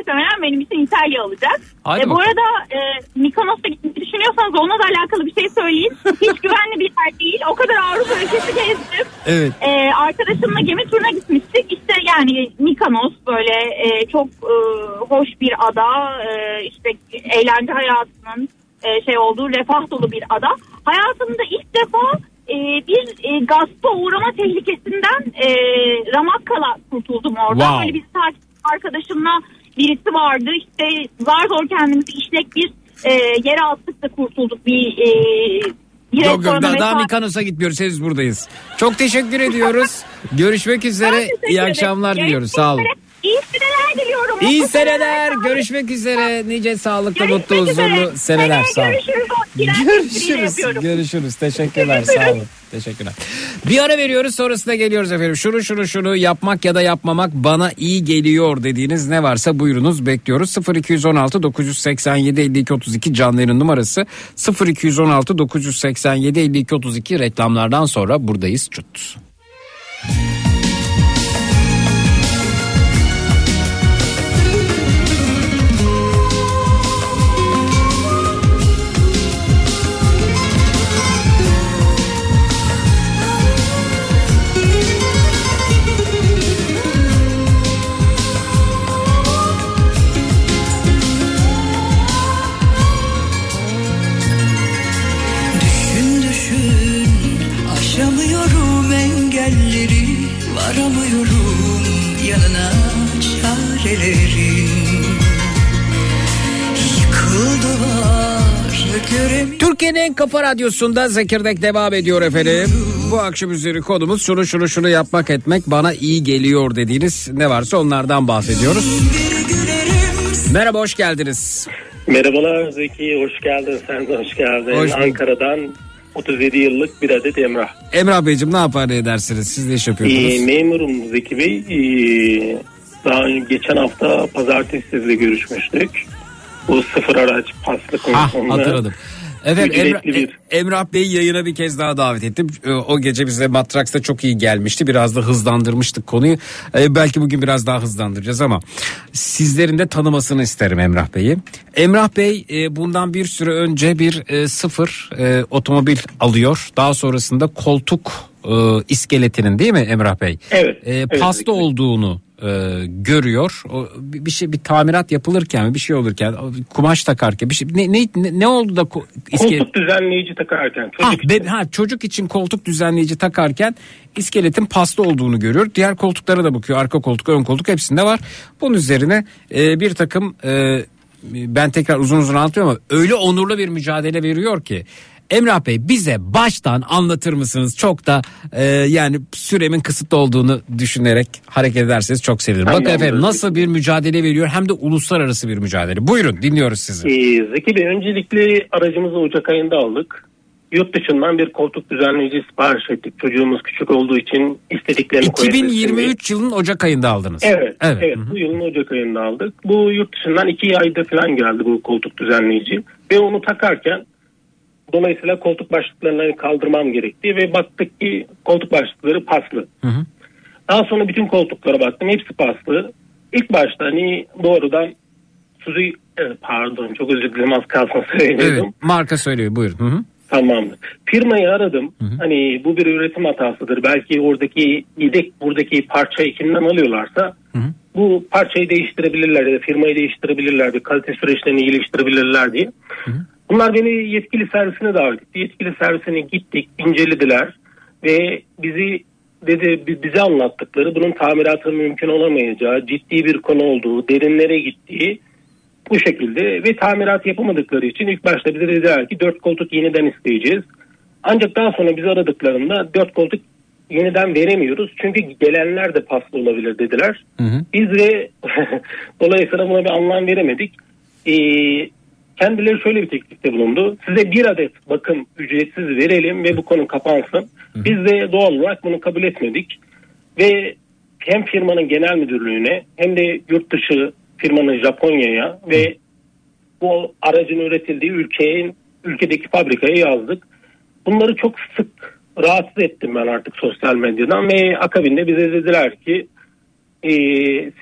muhtemelen benim için İtalya olacak. Hadi e, bu arada e, Mikonos'a gitmeyi düşünüyorsanız ona da alakalı bir şey söyleyeyim. Hiç güvenli bir yer değil. O kadar Avrupa ülkesi gezdim. Evet. E, arkadaşımla gemi turuna gitmiştik. İşte yani Mikonos böyle e, çok e, hoş bir ada. E, işte eğlence hayatının e, şey olduğu refah dolu bir ada. Hayatımda ilk defa e, bir e, gaspa uğrama tehlikesinden e, ramakkala kurtuldum orada. Wow. Böyle bir takip arkadaşımla birisi vardı. İşte zar zor kendimizi işlek bir e, yere attık da kurtulduk bir e, bir Yok yok restorana daha, daha vesaire. Mikonos'a gitmiyoruz, henüz buradayız. Çok teşekkür ediyoruz. Görüşmek üzere. teşekkür İyi ederim. akşamlar Görüşmek diliyoruz. Sağ olun. üzere. İyi seneler diliyorum. İyi Mutlu seneler. sağlık. Görüşmek üzere. Nice sağlıklı, Görüşmek mutlu, üzere. huzurlu seneler. Sağ olun. Görüşürüz. Görüşürüz. Görüşürüz. Görüşürüz. Teşekkürler. Görüşürüz. Sağ olun. Teşekkürler. Bir ara veriyoruz, sonrasında geliyoruz efendim. Şunu şunu şunu yapmak ya da yapmamak bana iyi geliyor dediğiniz ne varsa buyurunuz, bekliyoruz. sıfır iki on altı dokuz seksen yedi elli iki otuz iki canlı yayın numarası. sıfır iki on altı dokuz seksen yedi elli iki otuz iki reklamlardan sonra buradayız. Çut. Düşün düşün aşamıyorum engelleri, varamıyorum yanına çarelerin. Yıkıldılar göremiyorum. Türkiye'nin en kafa radyosunda Zekirdek devam ediyor efendim. Bu akşam üzeri konumuz şunu şunu şunu yapmak etmek bana iyi geliyor dediğiniz ne varsa onlardan bahsediyoruz. Merhaba, hoş geldiniz. Merhabalar Zeki, hoş geldin. Sen de hoş geldin. Hoş bulduk. Ankara'dan otuz yedi yıllık bir adet Emrah. Emrah Beyciğim, ne yapar ne edersiniz? Siz ne iş yapıyordunuz? Ee, memurum Zeki Bey. Ee, daha önce geçen hafta pazartesi sizle görüşmüştük. Bu sıfır araç paslı Ah, konusunda. hatırladım. Efendim Ücretli Emrah, bir- Emrah Bey'i yayına bir kez daha davet ettim. Ee, O gece bize Matraks'ta çok iyi gelmişti. Biraz da hızlandırmıştık konuyu. Ee, belki bugün biraz daha hızlandıracağız ama sizlerin de tanımasını isterim Emrah Bey'i. Emrah Bey e, bundan bir süre önce bir e, sıfır e, otomobil alıyor. Daha sonrasında koltuk e, iskeletinin, değil mi Emrah Bey? Evet, E, evet, pasta Zeki Bey. olduğunu e, görüyor. O, bir bir şey, bir tamirat yapılırken, bir şey olurken, o, kumaş takarken bir şey ne ne ne oldu da ko- iskelet Koltuk düzenleyici takarken. Ha, Çocuk be- için. ha, çocuk için koltuk düzenleyici takarken iskeletin pasta olduğunu görüyor. Diğer koltuklara da bakıyor. Arka koltuk, ön koltuk hepsinde var. Bunun üzerine e, bir takım e, ben tekrar uzun uzun anlatıyorum ama öyle onurlu bir mücadele veriyor ki. Emrah Bey, bize baştan anlatır mısınız? Çok da e, yani süremin kısıtlı olduğunu düşünerek hareket ederseniz çok sevinirim. Bakın Tamamdır. efendim, nasıl bir mücadele veriyor, hem de uluslararası bir mücadele. Buyurun, dinliyoruz sizi. Ee, Zeki Bey, öncelikle aracımızı Ocak ayında aldık. Yurt dışından bir koltuk düzenleyici sipariş ettik. Çocuğumuz küçük olduğu için istediklerini iki bin yirmi koyabilsin üç yılın Ocak ayında aldınız. diye. Evet, evet, Evet. Hı hı. bu yılın Ocak ayında aldık. Bu yurt dışından iki ayda falan geldi bu koltuk düzenleyici. Ve onu takarken dolayısıyla koltuk başlıklarını kaldırmam gerekti. Ve baktık ki koltuk başlıkları paslı. Hı hı. Daha sonra bütün koltuklara baktım, hepsi paslı. İlk başta hani doğrudan Suzuki, pardon çok özür dilerim, az kalsın Evet, söyleyiyordum. marka söylüyor, buyurun. Hı hı. Tamamdır. Firmayı aradım. Hani bu bir üretim hatasıdır. Belki oradaki yedek buradaki parçayı kimden alıyorlarsa Hı hı. bu parçayı değiştirebilirler ya da firmayı değiştirebilirler diye, kalite süreçlerini iyileştirebilirler diye. Hı hı. Bunlar beni yetkili servisine davet etti. Yetkili servisine gittik, incelediler ve bizi dedi bi- bize anlattıkları bunun tamiratı mümkün olamayacağı, ciddi bir konu olduğu, derinlere gittiği bu şekilde ve tamirat yapamadıkları için ilk başta bize dediler ki dört koltuk yeniden isteyeceğiz. Ancak daha sonra bizi aradıklarında dört koltuk yeniden veremiyoruz. Çünkü gelenler de paslı olabilir dediler. Hı hı. Biz de dolayısıyla buna bir anlam veremedik. Ee, kendileri şöyle bir teklifte bulundu. Size bir adet bakım ücretsiz verelim ve bu konu kapansın. Biz de doğal olarak bunu kabul etmedik. Ve hem firmanın genel müdürlüğüne hem de yurt dışı firmanın Japonya'ya ve bu aracın üretildiği ülkenin ülkedeki fabrikaya yazdık. Bunları çok sık rahatsız ettim ben artık sosyal medyadan ve akabinde bize dediler ki e, siz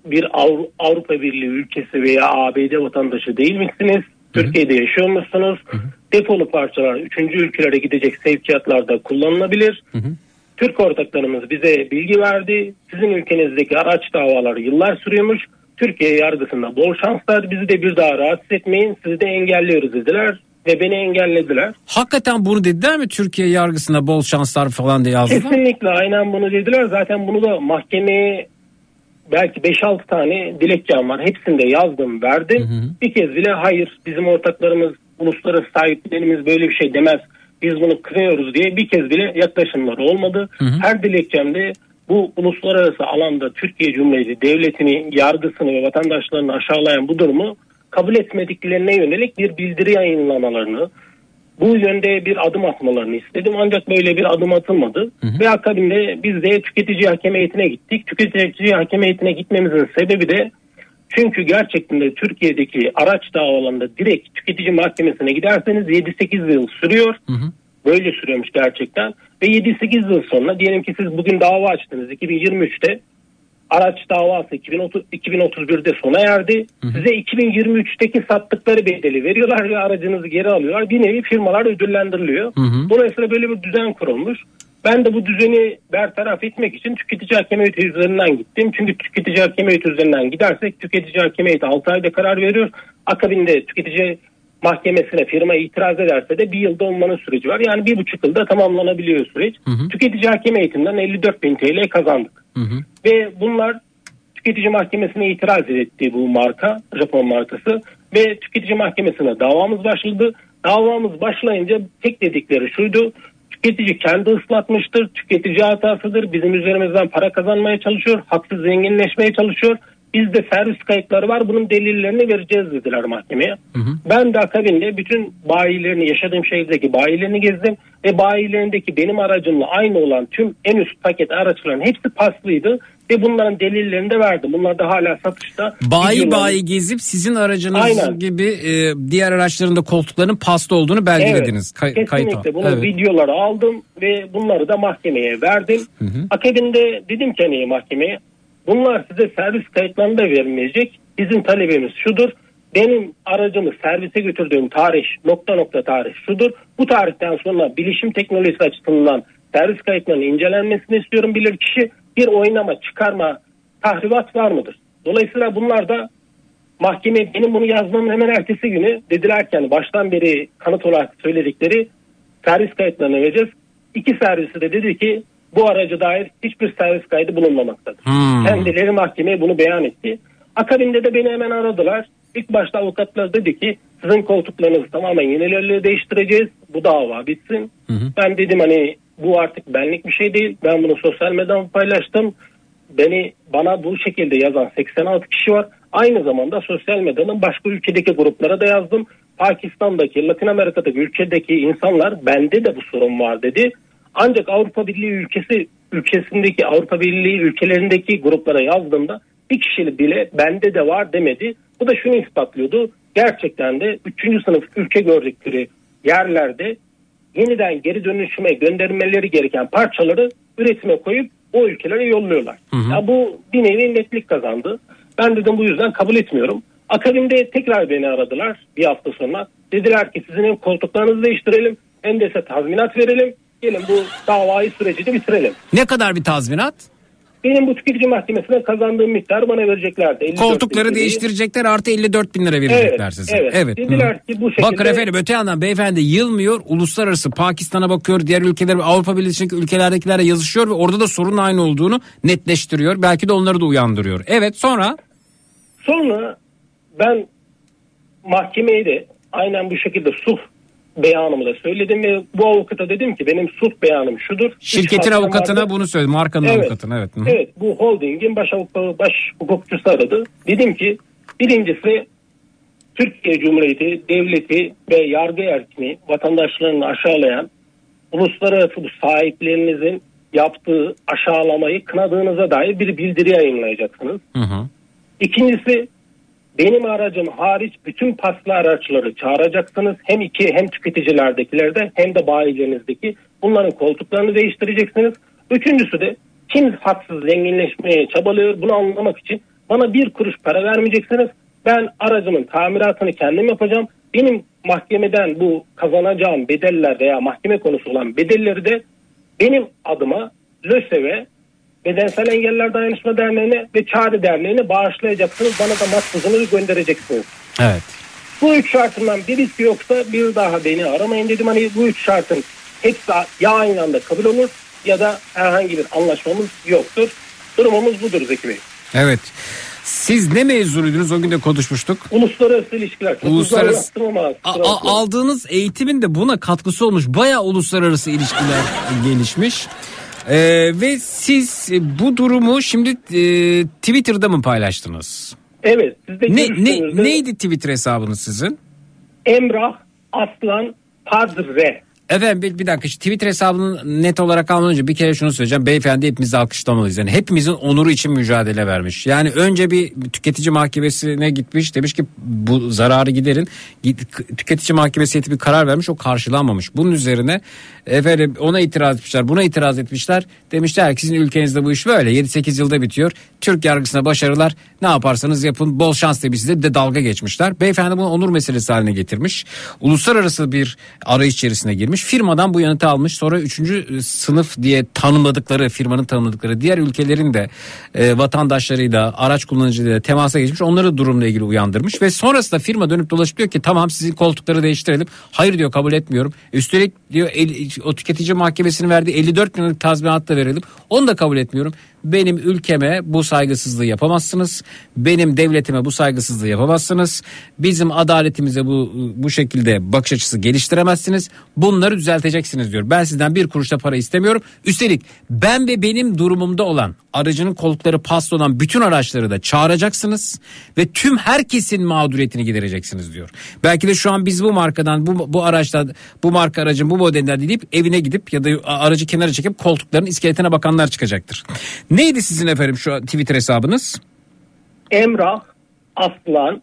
bir Avru- Avrupa Birliği ülkesi veya A B D vatandaşı değil misiniz? Hı-hı. Türkiye'de yaşıyor musunuz? Hı-hı. Defolu parçalar üçüncü ülkelere gidecek sevkiyatlarda kullanılabilir. Hı-hı. Türk ortaklarımız bize bilgi verdi. Sizin ülkenizdeki araç davaları yıllar sürüyormuş. Türkiye yargısında bol şanslar. Bizi de bir daha rahatsız etmeyin. Sizi de engelliyoruz dediler. Ve beni engellediler. Hakikaten bunu dediler mi? Türkiye yargısına bol şanslar falan diye yazdılar. Kesinlikle aynen bunu dediler. Zaten bunu da mahkemeye belki beş altı tane dilekçem var. Hepsinde yazdım, verdim. Hı hı. Bir kez bile hayır bizim ortaklarımız, uluslararası sahiplerimiz böyle bir şey demez. Biz bunu kınıyoruz diye bir kez bile yaklaşımları olmadı. Hı hı. Her dilekçemde bu uluslararası alanda Türkiye Cumhuriyeti Devleti'ni, yargısını ve vatandaşlarını aşağılayan bu durumu kabul etmediklerine yönelik bir bildiri yayınlamalarını, bu yönde bir adım atmalarını istedim. Ancak böyle bir adım atılmadı. Hı hı. Ve akabinde biz de tüketici hakem heyetine gittik. Tüketici hakem heyetine gitmemizin sebebi de çünkü gerçekten de Türkiye'deki araç davalarında direkt tüketici mahkemesine giderseniz yedi sekiz yıl sürüyor. Hı hı. Böyle sürüyormuş gerçekten. Ve yedi sekiz yıl sonra diyelim ki siz bugün dava açtınız iki bin yirmi üçte. Araç davası iki bin otuz birde sona erdi. Hı hı. Size iki bin yirmi üçteki sattıkları bedeli veriyorlar ve aracınızı geri alıyorlar. Bir nevi firmalar ödüllendiriliyor. Hı hı. Dolayısıyla böyle bir düzen kurulmuş. Ben de bu düzeni bertaraf etmek için tüketici hakem heyeti üzerinden gittim. Çünkü tüketici hakem heyeti üzerinden gidersek tüketici hakem heyeti altı ayda karar veriyor. Akabinde tüketici mahkemesine firma itiraz ederse de bir yılda olmanın süreci var. Yani bir buçuk yılda tamamlanabiliyor süreç. Hı hı. Tüketici hakem heyetinden elli dört bin T L kazandık. Hı hı. Ve bunlar tüketici mahkemesine itiraz etti bu marka, Japon markası. Ve tüketici mahkemesine davamız başladı. Davamız başlayınca tek dedikleri şuydu. Tüketici kendi ıslatmıştır. Tüketici hatasıdır. Bizim üzerimizden para kazanmaya çalışıyor. Haksız zenginleşmeye çalışıyor. Bizde servis kayıtları var. Bunun delillerini vereceğiz dediler mahkemeye. Hı hı. Ben de akabinde bütün bayilerini, yaşadığım şehirdeki bayilerini gezdim. Ve bayilerindeki benim aracımla aynı olan tüm en üst paket araçların hepsi paslıydı. Ve bunların delillerini de verdim. Bunlar da hala satışta. Bayi Videoları... bayi gezip sizin aracınız Aynen. gibi e, diğer araçların da koltuklarının paslı olduğunu belgelediniz. Evet, Kay- kesinlikle. Bunun evet. videoları aldım ve bunları da mahkemeye verdim. Hı hı. Akabinde dedim ki hani mahkemeye, bunlar size servis kayıtlarını da verilmeyecek. Bizim talebimiz şudur. Benim aracımı servise götürdüğüm tarih nokta nokta tarih şudur. Bu tarihten sonra bilişim teknolojisi açısından servis kayıtlarının incelenmesini istiyorum. Bilirkişi bir oynama, çıkarma, tahribat var mıdır? Dolayısıyla bunlar da mahkeme benim bunu yazmamın hemen ertesi günü dediler ki hani baştan beri kanıt olarak söyledikleri servis kayıtlarını vereceğiz. İki servisi de dedi ki bu araca dair hiçbir servis kaydı bulunmamaktadır. Hmm. Kendileri mahkemeye bunu beyan etti. Akabinde de beni hemen aradılar. İlk başta avukatlar dedi ki sizin koltuklarınızı tamamen yenilerle değiştireceğiz. Bu dava bitsin. Hı hı. Ben dedim hani bu artık benlik bir şey değil. Ben bunu sosyal medyadan paylaştım. Beni bana bu şekilde yazan seksen altı kişi var. Aynı zamanda sosyal medyanın başka ülkedeki gruplara da yazdım. Pakistan'daki, Latin Amerika'daki ülkedeki insanlar bende de bu sorun var dedi. Ancak Avrupa Birliği ülkesi ülkesindeki Avrupa Birliği ülkelerindeki gruplara yazdığımda bir kişi bile bende de var demedi. Bu da şunu ispatlıyordu. Gerçekten de üçüncü sınıf ülke gördükleri yerlerde yeniden geri dönüşüme göndermeleri gereken parçaları üretime koyup o ülkelere yolluyorlar. Hı hı. Ya bu bir nevi netlik kazandı. Ben dedim bu yüzden kabul etmiyorum. Akabinde tekrar beni aradılar bir hafta sonra. Dediler ki sizin hem koltuklarınızı değiştirelim hem de size tazminat verelim. Gelin bu davayı süreci de bitirelim. Ne kadar bir tazminat? Benim bu tüketici mahkemesine kazandığım miktarı bana vereceklerdi. Koltukları değiştirecekler artı elli dört bin lira verecekler evet, size. Evet. evet. Dediler ki bu şekilde. Bakın efendim öte yandan beyefendi yılmıyor. Uluslararası Pakistan'a bakıyor. Diğer ülkeler Avrupa Birleşik ülkelerdekilerle yazışıyor ve orada da sorunun aynı olduğunu netleştiriyor. Belki de onları da uyandırıyor. Evet sonra? Sonra ben mahkemeye de aynen bu şekilde sulh beyanımı da söyledim ve bu avukata dedim ki benim sulh beyanım şudur. Şirketin avukatına vardı. Bunu söyledi. Markanın evet, avukatına evet. Hı-hı. Evet bu holdingin baş, avukatı, baş hukukçusu aradı. Dedim ki birincisi Türkiye Cumhuriyeti devleti ve yargı erkini vatandaşlarını aşağılayan uluslararası bu sahiplerinizin yaptığı aşağılamayı kınadığınıza dair bir bildiri yayınlayacaksınız. Hı hı. İkincisi benim aracım hariç bütün paslı araçları çağıracaksınız. Hem iki hem tüketicilerdekilerde hem de bayilerinizdeki bunların koltuklarını değiştireceksiniz. Üçüncüsü de kim haksız zenginleşmeye çabalıyor bunu anlamak için bana bir kuruş para vermeyeceksiniz. Ben aracımın tamiratını kendim yapacağım. Benim mahkemeden bu kazanacağım bedeller veya mahkeme konusu olan bedelleri de benim adıma LÖSEV'e, Bedensel Engeller Dayanışma Derneği'ne ve Çağrı Derneği'ne bağışlayacaksınız. Bana da makbuzunu göndereceksiniz. Evet. Bu üç şartından birisi yoksa bir daha beni aramayın dedim. Hani bu üç şartın hepsi ya aynı anda kabul olur ya da herhangi bir anlaşmamız yoktur. Durumumuz budur Zeki Bey. Evet. Siz ne mezunuydunuz, o gün de konuşmuştuk. Uluslararası ilişkiler. Çok Uluslararası ama, a- a- aldığınız eğitimin de buna katkısı olmuş. Bayağı uluslararası ilişkiler gelişmiş. Ee, ve siz bu durumu şimdi e, Twitter'da mı paylaştınız? Evet. Siz de Ne, ne görüştüğünüzde neydi Twitter hesabınız sizin? Emrah Aslan Padre. Efendim bir, bir dakika, Twitter hesabını net olarak almadan önce bir kere şunu söyleyeceğim. Beyefendi hepimizi alkışlamalıyız. Yani hepimizin onuru için mücadele vermiş. Yani önce bir tüketici mahkemesine gitmiş. Demiş ki bu zararı giderin. Tüketici mahkemesi heyeti bir karar vermiş. O karşılanmamış. Bunun üzerine efendim ona itiraz etmişler. Buna itiraz etmişler. Demişler ki sizin ülkenizde bu iş böyle. yedi sekiz yılda bitiyor. Türk yargısına başarılar. Ne yaparsanız yapın. Bol şans demiş size. Bir de dalga geçmişler. Beyefendi bunu onur meselesi haline getirmiş. Uluslararası bir arayış içerisine girmiş. Firmadan bu yanıtı almış. Sonra üçüncü sınıf diye tanımladıkları, firmanın tanımladıkları diğer ülkelerin de e, vatandaşlarıyla, araç kullanıcılarıyla temasa geçmiş. Onları durumla ilgili uyandırmış ve sonrasında firma dönüp dolaşıp diyor ki tamam sizin koltukları değiştirelim. Hayır diyor, kabul etmiyorum. Üstelik diyor el, o tüketici mahkemesinin verdiği elli dört milyonluk tazminat da verelim. Onu da kabul etmiyorum. Benim ülkeme bu saygısızlığı yapamazsınız. Benim devletime bu saygısızlığı yapamazsınız. Bizim adaletimize bu bu şekilde bakış açısı geliştiremezsiniz. Bunları düzelteceksiniz diyor. Ben sizden bir kuruş da para istemiyorum. Üstelik ben ve benim durumumda olan, aracının koltukları paslı olan bütün araçları da çağıracaksınız ve tüm herkesin mağduriyetini gidereceksiniz diyor. Belki de şu an biz bu markadan, bu bu araçtan, bu marka aracın bu modelinden deyip evine gidip ya da aracı kenara çekip koltukların iskeletine bakanlar çıkacaktır. Neydi sizin efendim şu Twitter hesabınız? Emrah Aslan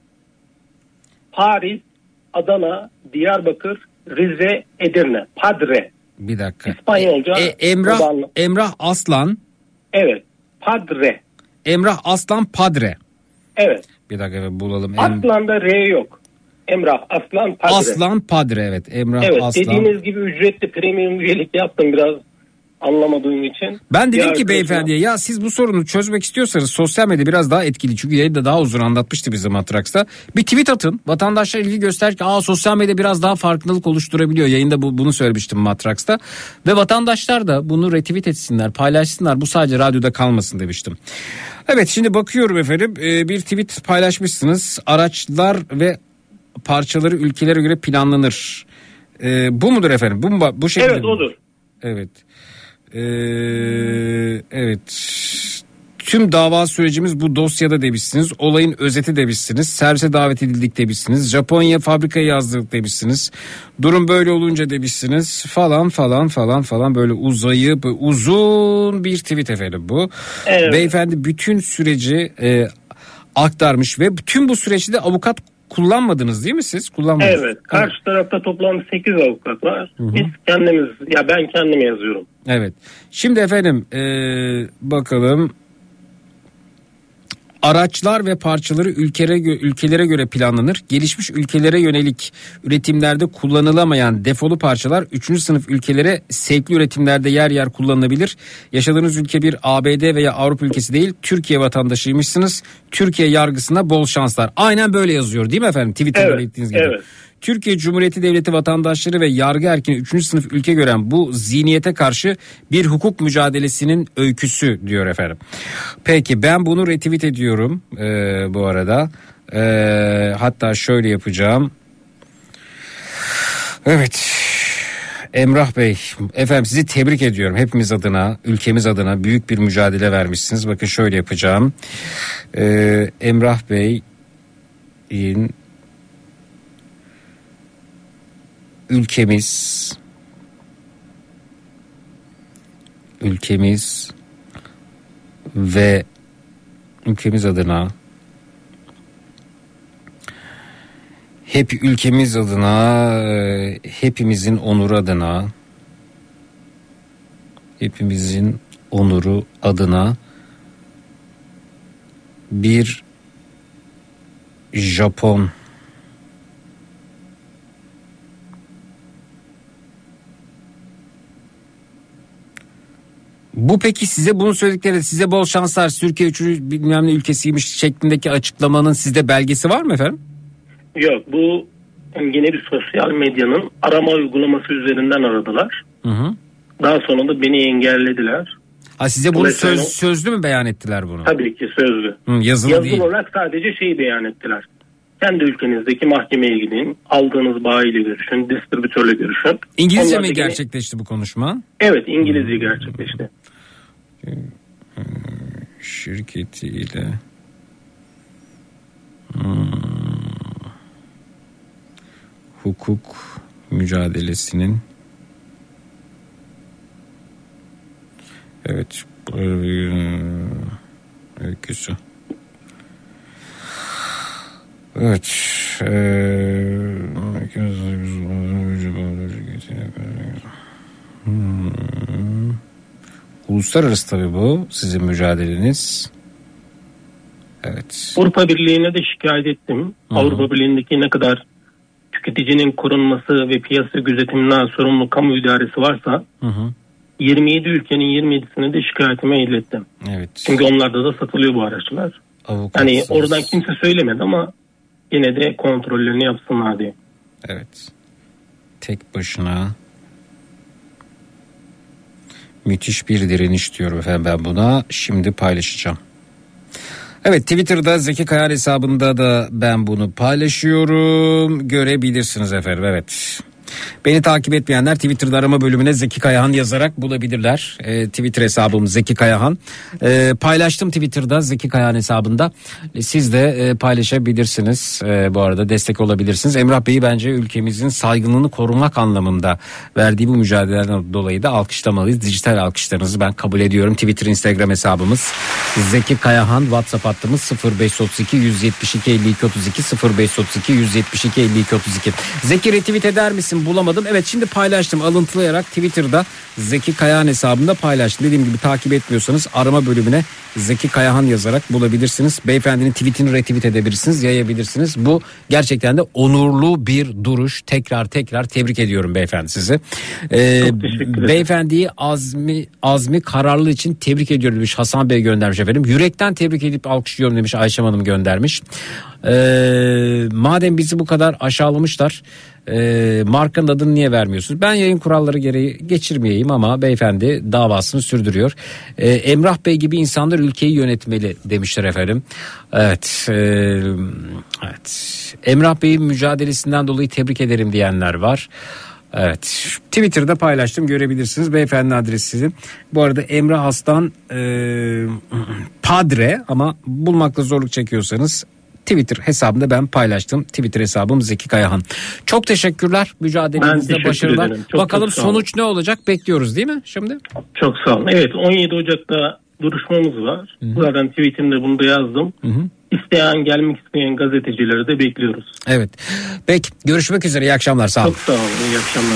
Paris, Adana, Diyarbakır, Rize, Edirne. Padre. Bir dakika. İspanyolca. E, Emrah Babanlı. Emrah Aslan. Evet. Padre. Emrah Aslan Padre. Evet. Bir dakika evet, bulalım. Em- Aslan'da R yok. Emrah Aslan Padre. Aslan Padre evet. Emrah Evet. Aslan. Dediğiniz gibi ücretli premium üyelik yaptım biraz anlamadığım için. Ben dedim Bir ki beyefendiye ya siz bu sorunu çözmek istiyorsanız sosyal medya biraz daha etkili. Çünkü yayında daha uzun anlatmıştı bize Matraks'ta. Bir tweet atın. Vatandaşlar ilgi göster ki aa sosyal medya biraz daha farkındalık oluşturabiliyor. Yayında bu, bunu söylemiştim Matraks'ta. Ve vatandaşlar da bunu retweet etsinler, paylaşsınlar. Bu sadece radyoda kalmasın demiştim. Evet şimdi bakıyorum efendim. Bir tweet paylaşmışsınız. Araçlar ve parçaları ülkelere göre planlanır. Bu mudur efendim? Bu mu, bu şekilde Evet mi? odur. Evet. Ee, evet. Tüm dava sürecimiz bu dosyada demişsiniz. Olayın özeti demişsiniz. Servise davet edildik demişsiniz. Japonya fabrikaya yazdırdık demişsiniz. Durum böyle olunca demişsiniz. Falan falan falan falan böyle uzayıp uzun bir tweet efendim bu. Evet. Beyefendi bütün süreci e, aktarmış ve tüm bu süreçte avukat kullanmadınız değil mi siz? Kullanmadınız. Evet. Karşı tarafta toplam sekiz avukat var. Hı hı. Biz kendimiz, ya ben kendim yazıyorum. Evet. Şimdi efendim ee, bakalım. Araçlar ve parçaları ülkelere, ülkelere göre planlanır. Gelişmiş ülkelere yönelik üretimlerde kullanılamayan defolu parçalar üçüncü sınıf ülkelere sevkli üretimlerde yer yer kullanılabilir. Yaşadığınız ülke bir A B D veya Avrupa ülkesi değil, Türkiye vatandaşıymışsınız. Türkiye yargısına bol şanslar. Aynen böyle yazıyor değil mi efendim? Twitter'da evet, belirttiğiniz gibi. Evet. Türkiye Cumhuriyeti Devleti vatandaşları ve yargı erkini üçüncü sınıf ülke gören bu zihniyete karşı bir hukuk mücadelesinin öyküsü diyor efendim. Peki ben bunu retweet ediyorum ee, bu arada. Ee, hatta şöyle yapacağım. Evet. Emrah Bey, efendim sizi tebrik ediyorum. Hepimiz adına, ülkemiz adına büyük bir mücadele vermişsiniz. Bakın şöyle yapacağım. Ee, Emrah Bey'in ülkemiz ülkemiz ve ülkemiz adına hep ülkemiz adına hepimizin onuru adına hepimizin onuru adına bir Japon bu peki size bunu söyledikleri size bol şanslar Türkiye üçüncü bilmem ne ülkesiymiş şeklindeki açıklamanın sizde belgesi var mı efendim? Yok, bu yine bir sosyal medyanın arama uygulaması üzerinden aradılar. Hı hı. Daha sonra da beni engellediler. Ha, size bunu söz, sözlü mü beyan ettiler bunu? Tabii ki sözlü. Hı, yazılı, yazılı değil. olarak sadece şeyi beyan ettiler. Kendi ülkenizdeki mahkemeye gidin, aldığınız bayiyle görüşün, distribütörle görüşün. İngilizce Onlar mi da yine... gerçekleşti bu konuşma? Evet, İngilizce gerçekleşti. Şirketiyle hmm. hukuk mücadelesinin evet öyküsü. Evet. Ee, hmm. Uluslararası tabii bu sizin mücadeleniz. Evet. Avrupa Birliği'ne de şikayet ettim. Hı-hı. Avrupa Birliği'ndeki ne kadar tüketicinin korunması ve piyasa gözetiminden sorumlu kamu idaresi varsa Hı-hı. yirmi yedi ülkenin yirmi yedisine de şikayetimi ilettim. Evet. Çünkü onlarda da satılıyor bu araçlar. Avukatsız. Yani oradan kimse söylemedi ama yine de kontrollerini yapsınlar diye. Evet. Tek başına müthiş bir direniş diyorum efendim ben buna. Şimdi paylaşacağım. Evet, Twitter'da Zeki Kayan hesabında da ben bunu paylaşıyorum. Görebilirsiniz efendim, evet. Beni takip etmeyenler Twitter'da arama bölümüne Zeki Kayahan yazarak bulabilirler. E, Twitter hesabım Zeki Kayahan. E, paylaştım Twitter'da Zeki Kayahan hesabında. E, siz de e, paylaşabilirsiniz. E, bu arada destek olabilirsiniz. Emrah Bey'i bence ülkemizin saygınlığını korumak anlamında verdiği bu mücadeleden dolayı da alkışlamalıyız. Dijital alkışlarınızı ben kabul ediyorum. Twitter, Instagram hesabımız Zeki Kayahan. WhatsApp hattımız sıfır beş otuz iki yüz yetmiş iki elli iki otuz iki sıfır beş otuz iki yüz yetmiş iki elli iki otuz iki. Zeki retweet eder misin? Bulamadım. Evet, şimdi paylaştım. Alıntılayarak Twitter'da Zeki Kayahan hesabında paylaştım. Dediğim gibi takip etmiyorsanız arama bölümüne Zeki Kayahan yazarak bulabilirsiniz. Beyefendinin tweetini retweet edebilirsiniz, yayabilirsiniz. Bu gerçekten de onurlu bir duruş. Tekrar tekrar tebrik ediyorum beyefendi sizi. Ee, beyefendiyi azmi azmi kararlı için tebrik ediyorum demiş. Hasan Bey göndermiş efendim. Yürekten tebrik edip alkışlıyorum demiş. Ayşem Hanım göndermiş. Ee, madem bizi bu kadar aşağılamışlar, e, markanın adını niye vermiyorsunuz? Ben yayın kuralları gereği geçirmeyeyim ama beyefendi davasını sürdürüyor. Ee, Emrah Bey gibi insanlar ülkeyi yönetmeli demişler efendim. Evet, e, evet. Emrah Bey'in mücadelesinden dolayı tebrik ederim diyenler var. Evet, Twitter'da paylaştım, görebilirsiniz. Beyefendi adresi. Bu arada Emrah Aslan e, Padre, ama bulmakta zorluk çekiyorsanız Twitter hesabında ben paylaştım. Twitter hesabım Zeki Kayahan. Çok teşekkürler. Mücadelenizde başarılar. Çok, Bakalım çok sonuç ne olacak, bekliyoruz değil mi şimdi? Çok sağ olun. Evet, on yedi Ocak'ta duruşmamız var. Hı-hı. Zaten tweetimde bunu da yazdım. Hı-hı. İsteyen, gelmek isteyen gazetecileri de bekliyoruz. Evet. Peki, görüşmek üzere. İyi akşamlar. Sağ olun. Çok sağ olun. İyi akşamlar.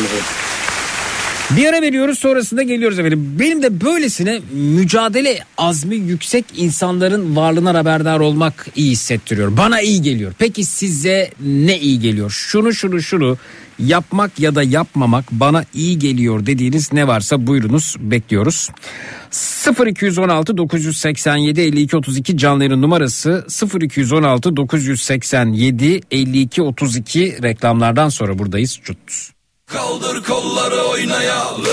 Bir ara veriyoruz, sonrasında geliyoruz efendim. Benim de böylesine mücadele azmi yüksek insanların varlığına haberdar olmak iyi hissettiriyor. Bana iyi geliyor. Peki size ne iyi geliyor? Şunu şunu şunu yapmak ya da yapmamak bana iyi geliyor dediğiniz ne varsa buyurunuz, bekliyoruz. sıfır iki on altı dokuz yüz seksen yedi elli iki otuz iki canlı yayın numarası, sıfır iki on altı dokuz yüz seksen yedi elli iki otuz iki. Reklamlardan sonra buradayız. Cut. Kaldır kolları oynayalım.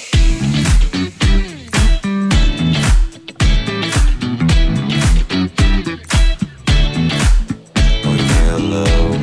Oynayalım.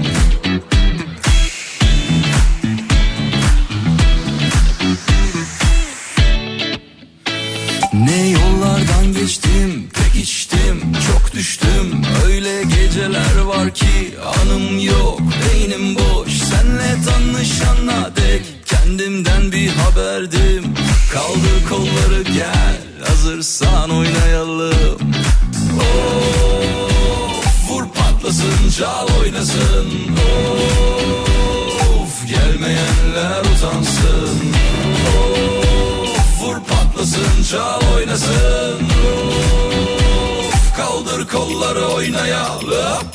Ne yollardan geçtim, pek içtim, çok düştüm. Öyle geceler var ki anım yok, beynim boş. Senle tanışana dek kendimden bir haberdim. Kaldır kolları gel, hazırsan oynayalım. Of, vur patlasın, çal oynasın. Of, gelmeyenler utansın. Of, vur patlasın, çal oynasın. Of, kaldır kolları oynayalım.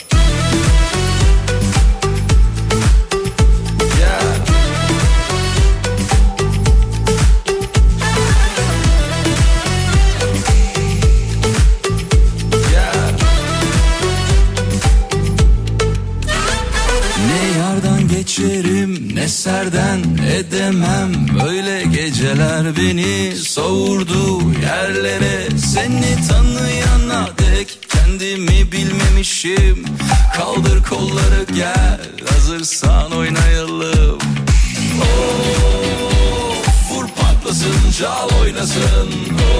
Geçerim ne serden edemem, böyle geceler beni savurdu yerlere. Seni tanıyana dek kendimi bilmemişim. Kaldır kolları gel, hazırsan oynayalım. Of, vur patlasın, çal oynasın.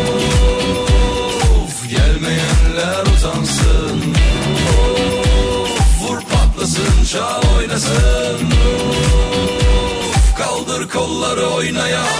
Of, gelmeyenler utansın. Of, vur patlasın, çal oynasın. Of, kaldır kolları oynayalım.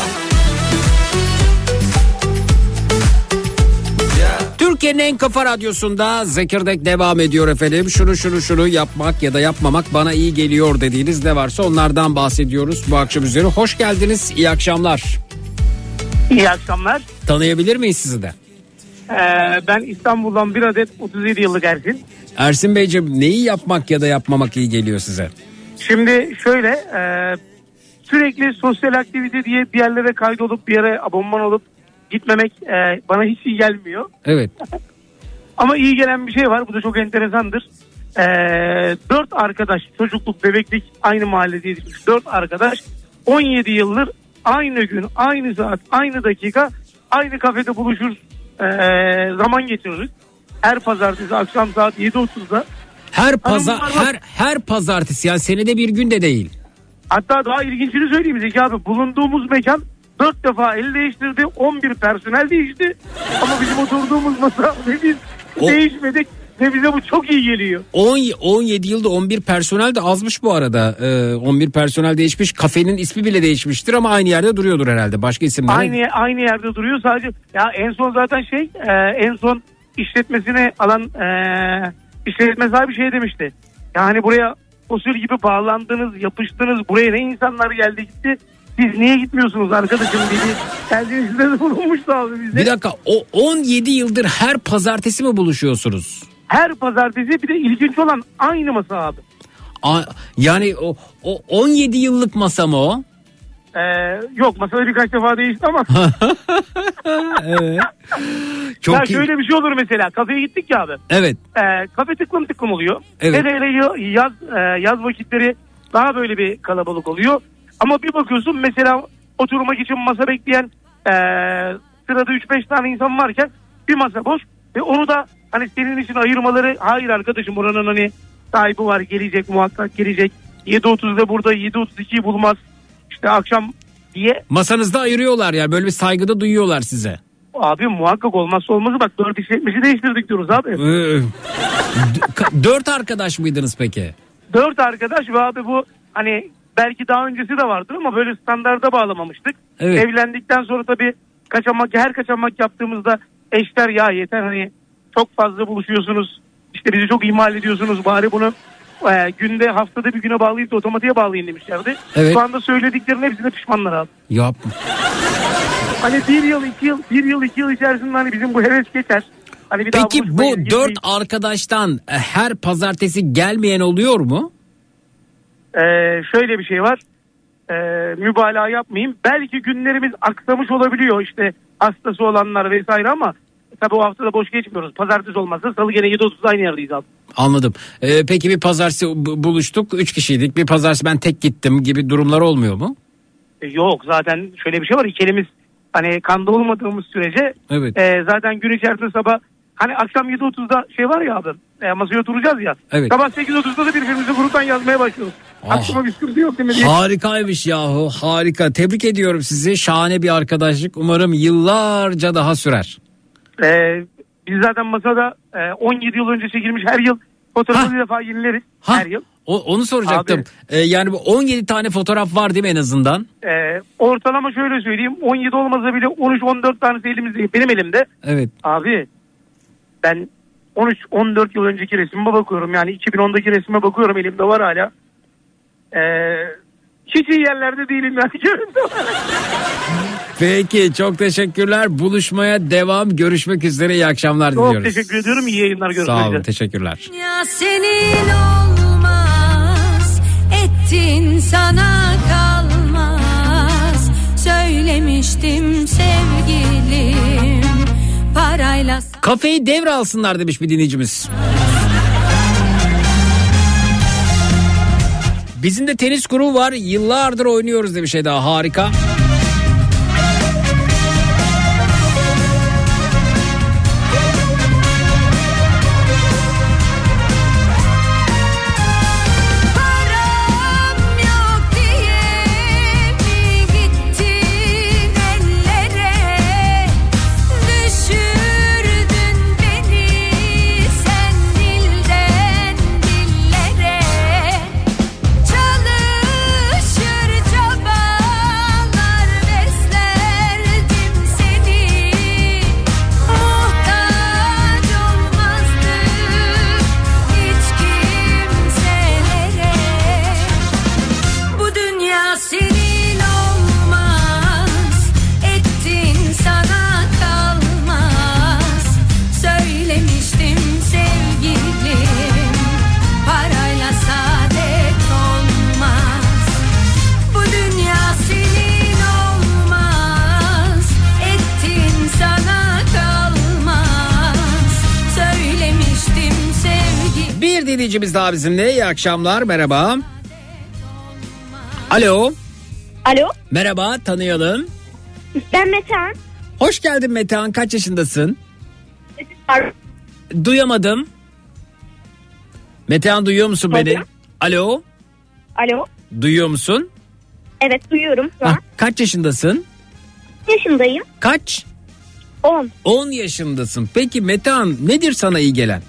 Türkiye'nin en kafa radyosunda Zekirdek devam ediyor efendim. Şunu şunu şunu yapmak ya da yapmamak bana iyi geliyor dediğiniz ne varsa onlardan bahsediyoruz bu akşam üzeri. Hoş geldiniz, iyi akşamlar. İyi akşamlar. Tanıyabilir miyiz sizi de? Ee, ben İstanbul'dan bir adet otuz yedi yıllık Ersin. Ersin Beyciğim, neyi yapmak ya da yapmamak iyi geliyor size? Şimdi şöyle e, sürekli sosyal aktivite diye bir yerlere kaydolup bir yere abonman olup gitmemek e, bana hiç iyi gelmiyor. Evet. Ama iyi gelen bir şey var, bu da çok enteresandır. E, dört arkadaş, çocukluk, bebeklik aynı mahallede yetişmiş dört arkadaş on yedi yıldır aynı gün, aynı saat, aynı dakika aynı kafede buluşur, e, zaman geçiririz. Her pazartesi akşam saat yedi otuzda. Her pazar Hanımlar her her pazartesi, yani senede bir gün de değil. Hatta daha ilginçini söyleyeyim Zeki abi. Bulunduğumuz mekan dört defa el değiştirdi. on bir personel değişti. Ama bizim oturduğumuz masa ve biz O... değişmedik. Ve bize bu çok iyi geliyor. on yedi yılda on bir personel de azmış bu arada. Ee, on bir personel değişmiş. Kafenin ismi bile değişmiştir ama aynı yerde duruyordur herhalde. Başka isimler. Aynı aynı yerde duruyor sadece. Ya en son zaten şey e, en son işletmesini alan e, işletme sahibi şey demişti. Yani buraya usul gibi bağlandınız, yapıştınız. Buraya ne insanlar geldi gitti. Siz niye gitmiyorsunuz arkadaşım dedi. Kendinizde de bulunmuştu abi bizde. Bir dakika, o on yedi yıldır her pazartesi mi buluşuyorsunuz? Her pazartesi, bir de ilginç olan aynı masa abi. A, yani o, o on yedi yıllık masa mı o? Ee, yok, masada birkaç defa değişti ama. Evet. Çok ya iyi. şöyle bir şey olur mesela, kafeye gittik ya abi. Evet. Ee, kafe tıklım tıklım oluyor. Evet. Hele hele yaz, yaz vakitleri daha böyle bir kalabalık oluyor. Ama bir bakıyorsun mesela oturmak için masa bekleyen e, sırada üç beş tane insan varken bir masa boş ve onu da hani senin için ayırmaları, hayır arkadaşım buranın hani sahibi var, gelecek, muhakkak gelecek, yedi otuzda burada, yedi otuz ikiyi bulmaz işte akşam diye. Masanızda ayırıyorlar yani, böyle bir saygıda duyuyorlar size. Abi muhakkak olmazsa olmazı, bak dört işletmeci değiştirdik diyoruz abi. Dört arkadaş mıydınız peki? Dört arkadaş ve abi bu hani belki daha öncesi de vardır ama böyle standarda bağlamamıştık. Evet. Evlendikten sonra tabii kaçamak, her kaçamak yaptığımızda eşler ya yeter hani çok fazla buluşuyorsunuz, işte bizi çok ihmal ediyorsunuz, bari bunu e, günde, haftada bir güne bağlayıp da otomatiğe bağlayın demişlerdi. Evet. Şu anda söylediklerinin hepsine pişmanlar abi. Yapma. Hani bir yıl iki yıl bir yıl iki yıl içerisinde hani bizim bu heves geçer. Hani bir Peki daha bu dört arkadaştan her pazartesi gelmeyen oluyor mu? Ee, şöyle bir şey var. Ee, mübalağa yapmayayım. Belki günlerimiz aksamış olabiliyor. İşte hastası olanlar vesaire ama tabii o haftada boş geçmiyoruz. Pazartesi olmazsa salı gene yedi otuzda aynı yerdeyiz abi. Anladım. Ee, peki bir pazartesi buluştuk. Üç kişiydik. Bir pazartesi ben tek gittim gibi durumlar olmuyor mu? Ee, yok, zaten şöyle bir şey var. İki elimiz hani kanda olmadığımız sürece evet. e, zaten gün içerisinde sabah hani akşam yedi otuzda şey var ya abi, e, masaya oturacağız ya. Evet. Sabah sekiz otuzda da birbirimizi gruptan yazmaya başlıyoruz. Ah. Aklıma bir sıkıntı yok değil mi diye. Harikaymış yahu, harika. Tebrik ediyorum sizi. Şahane bir arkadaşlık. Umarım yıllarca daha sürer. Ee, biz zaten masada e, on yedi yıl önce çekilmiş her yıl fotoğrafı bir defa yenileriz. Ha, her yıl. O, onu soracaktım. Ee, yani bu on yedi tane fotoğraf var değil mi en azından? Ee, ortalama şöyle söyleyeyim, on yedi olmasa bile on üç on dört tanesi elimizde, benim elimde. Evet. Abi ben on üç on dört yıl önceki resmime bakıyorum, yani iki bin ondaki resmime bakıyorum, elimde var hala. Ee, hiç iyi yerlerde değilim yani görüntü olarak. Peki çok teşekkürler. Buluşmaya devam. Görüşmek üzere. İyi akşamlar Çok diliyoruz. teşekkür ediyorum. İyi yayınlar. Görüşmek Sağ olun. üzere. Teşekkürler. Ya senin olmaz, ettin sana kalmaz. Söylemiştim sevgilim, parayla. Kafeyi devralsınlar demiş bir dinleyicimiz. Bizim de tenis grubu var. Yıllardır oynuyoruz demiş Eda. Harika. Dinleyicimiz daha bizimle. İyi akşamlar. Merhaba. Alo. Alo. Merhaba. Tanıyalım. Ben Metehan. Hoş geldin Metehan. Kaç yaşındasın? Duyamadım. Metehan duyuyor musun beni? Alo. Alo. Duyuyor musun? Evet duyuyorum şu an. Ah, kaç yaşındasın? Yaşındayım. Kaç? on. on yaşındasın. Peki Metehan nedir sana iyi gelen?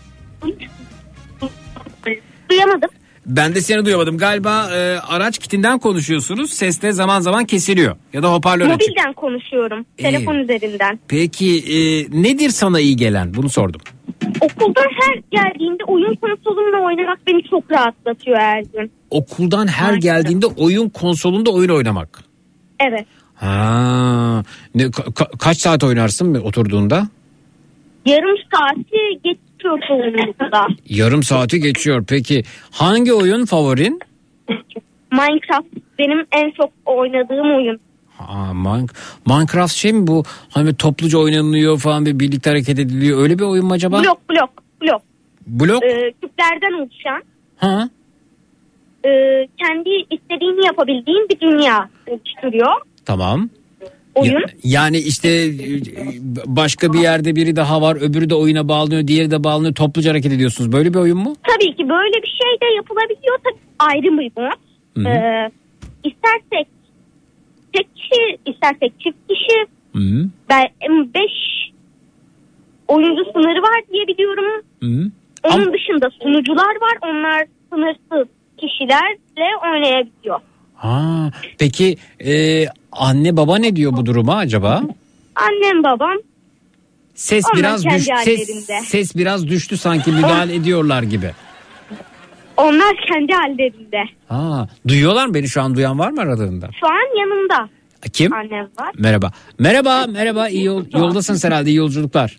Duyamadım. Ben de seni duyamadım. Galiba e, araç kitinden konuşuyorsunuz. Ses de zaman zaman kesiliyor. Ya da hoparlör açık. Mobilden konuşuyorum. Ee, Telefon üzerinden. Peki e, nedir sana iyi gelen? Bunu sordum. Okuldan her geldiğinde oyun konsolumla oynamak beni çok rahatlatıyor her gün. Okuldan her Harika. geldiğinde oyun konsolunda oyun oynamak. Evet. Ha, ne, ka- ka- kaç saat oynarsın oturduğunda? Yarım saati geçiyor çoğunlukla. Yarım saati geçiyor. Peki hangi oyun favorin? Minecraft benim en çok oynadığım oyun. Ha, Min- Minecraft şey mi bu? Hani topluca oynanılıyor falan ve birlikte hareket ediliyor. Öyle bir oyun mu acaba? Blok blok blok. Blok? Ee, küplerden oluşan. Ha. E, kendi istediğini yapabildiğin bir dünya oluşturuyor. Tamam. Oyun. Ya- yani işte e, başka bir yerde biri daha var, öbürü de oyuna bağlanıyor, diğeri de bağlanıyor, topluca hareket ediyorsunuz. Böyle bir oyun mu? Tabii ki böyle bir şey de yapılabiliyor. Tabii ayrı bir mod. Ee, istersek tek kişi, istersek çift kişi. Hı-hı. Ben beş oyuncu sınırı var diye biliyorum. Hı-hı. Onun Am- dışında sunucular var. Onlar sınırsız kişilerle oynayabiliyor. Ha, peki e, anne baba ne diyor bu duruma acaba? Annem babam Ses Onlar biraz kendi düştü. Ses, hallerinde. ses biraz düştü sanki, müdahale ediyorlar gibi. onlar kendi hallerinde. Ha, duyuyorlar mı beni, şu an duyan var mı aralarında? Şu an yanımda Kim? annem var. Merhaba. Merhaba, merhaba. İyi yol, yoldasınız herhalde. İyi yolculuklar.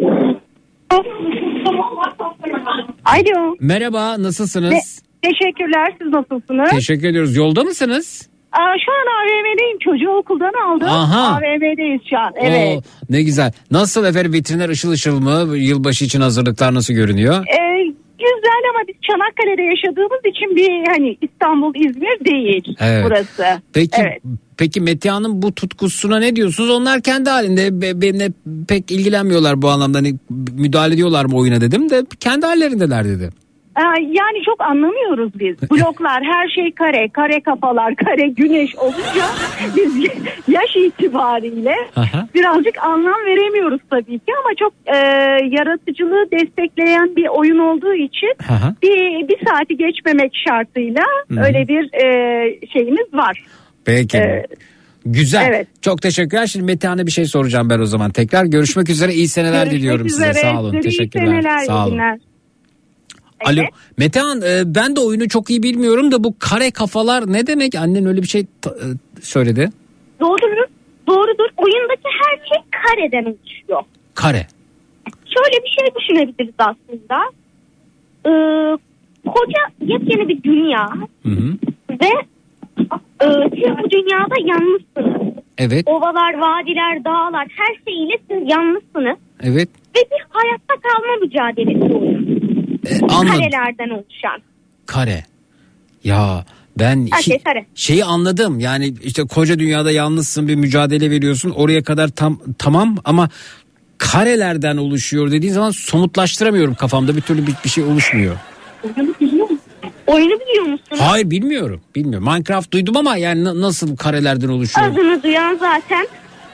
Alo. Merhaba, nasılsınız? Te- teşekkürler. Siz nasılsınız? Teşekkür ediyoruz. Yolda mısınız? Aa, şu an A V M'deyim. Çocuğu okuldan aldım. Aha. A V M'deyiz şu an. Evet. Oo, ne güzel. Nasıl efendim, vitrinler ışıl ışıl mı? Yılbaşı için hazırlıklar nasıl görünüyor? Ee, güzel ama biz Çanakkale'de yaşadığımız için bir hani İstanbul, İzmir değil Evet. burası. Peki Evet. peki Metehan'ın bu tutkusuna ne diyorsunuz? Onlar kendi halinde, be- benimle pek ilgilenmiyorlar bu anlamda. Hani müdahale ediyorlar mı oyuna dedim de kendi hallerindeler dedi. Aa, yani çok anlamıyoruz biz. Bloklar, her şey kare, kare kafalar, kare güneş olunca biz yaş itibariyle Aha. birazcık anlam veremiyoruz tabii ki ama çok e, yaratıcılığı destekleyen bir oyun olduğu için Aha. bir, bir saati geçmemek şartıyla Hı-hı. öyle bir e, şeyimiz var. Peki. Ee, Güzel. evet. Çok teşekkürler. Şimdi Metehan'a bir şey soracağım ben o zaman. Tekrar görüşmek üzere. İyi seneler Görüşmek diliyorum üzere. size. Sağ olun. Size iyi Teşekkürler. seneler, iyi Sağ olun. günler. Alo Metehan, e, ben de oyunu çok iyi bilmiyorum da bu kare kafalar ne demek? Annen öyle bir şey ta- e, söyledi. Doğrudur. Doğrudur. Oyundaki her şey kareden oluşuyor. Kare. Şöyle bir şey düşünebiliriz aslında. Ee, koca yepyeni bir dünya Hı hı. ve e, siz bu dünyada yalnızsınız. Evet. Ovalar, vadiler, dağlar her şeyiyle siz yalnızsınız. Evet. Ve bir hayatta kalma mücadelesi oluyor. E, anladım. Karelerden oluşan. Kare. Ya ben Her şey hi- kare. şeyi anladım. Yani işte koca dünyada yalnızsın, bir mücadele veriyorsun. Oraya kadar tam tamam ama karelerden oluşuyor dediğin zaman somutlaştıramıyorum kafamda. Bir türlü bir, bir şey oluşmuyor. Oyunu biliyor musun? Oyunu biliyor musun? Hayır bilmiyorum. Bilmiyorum. Minecraft duydum ama yani na- nasıl karelerden oluşuyor? Adını duyan zaten.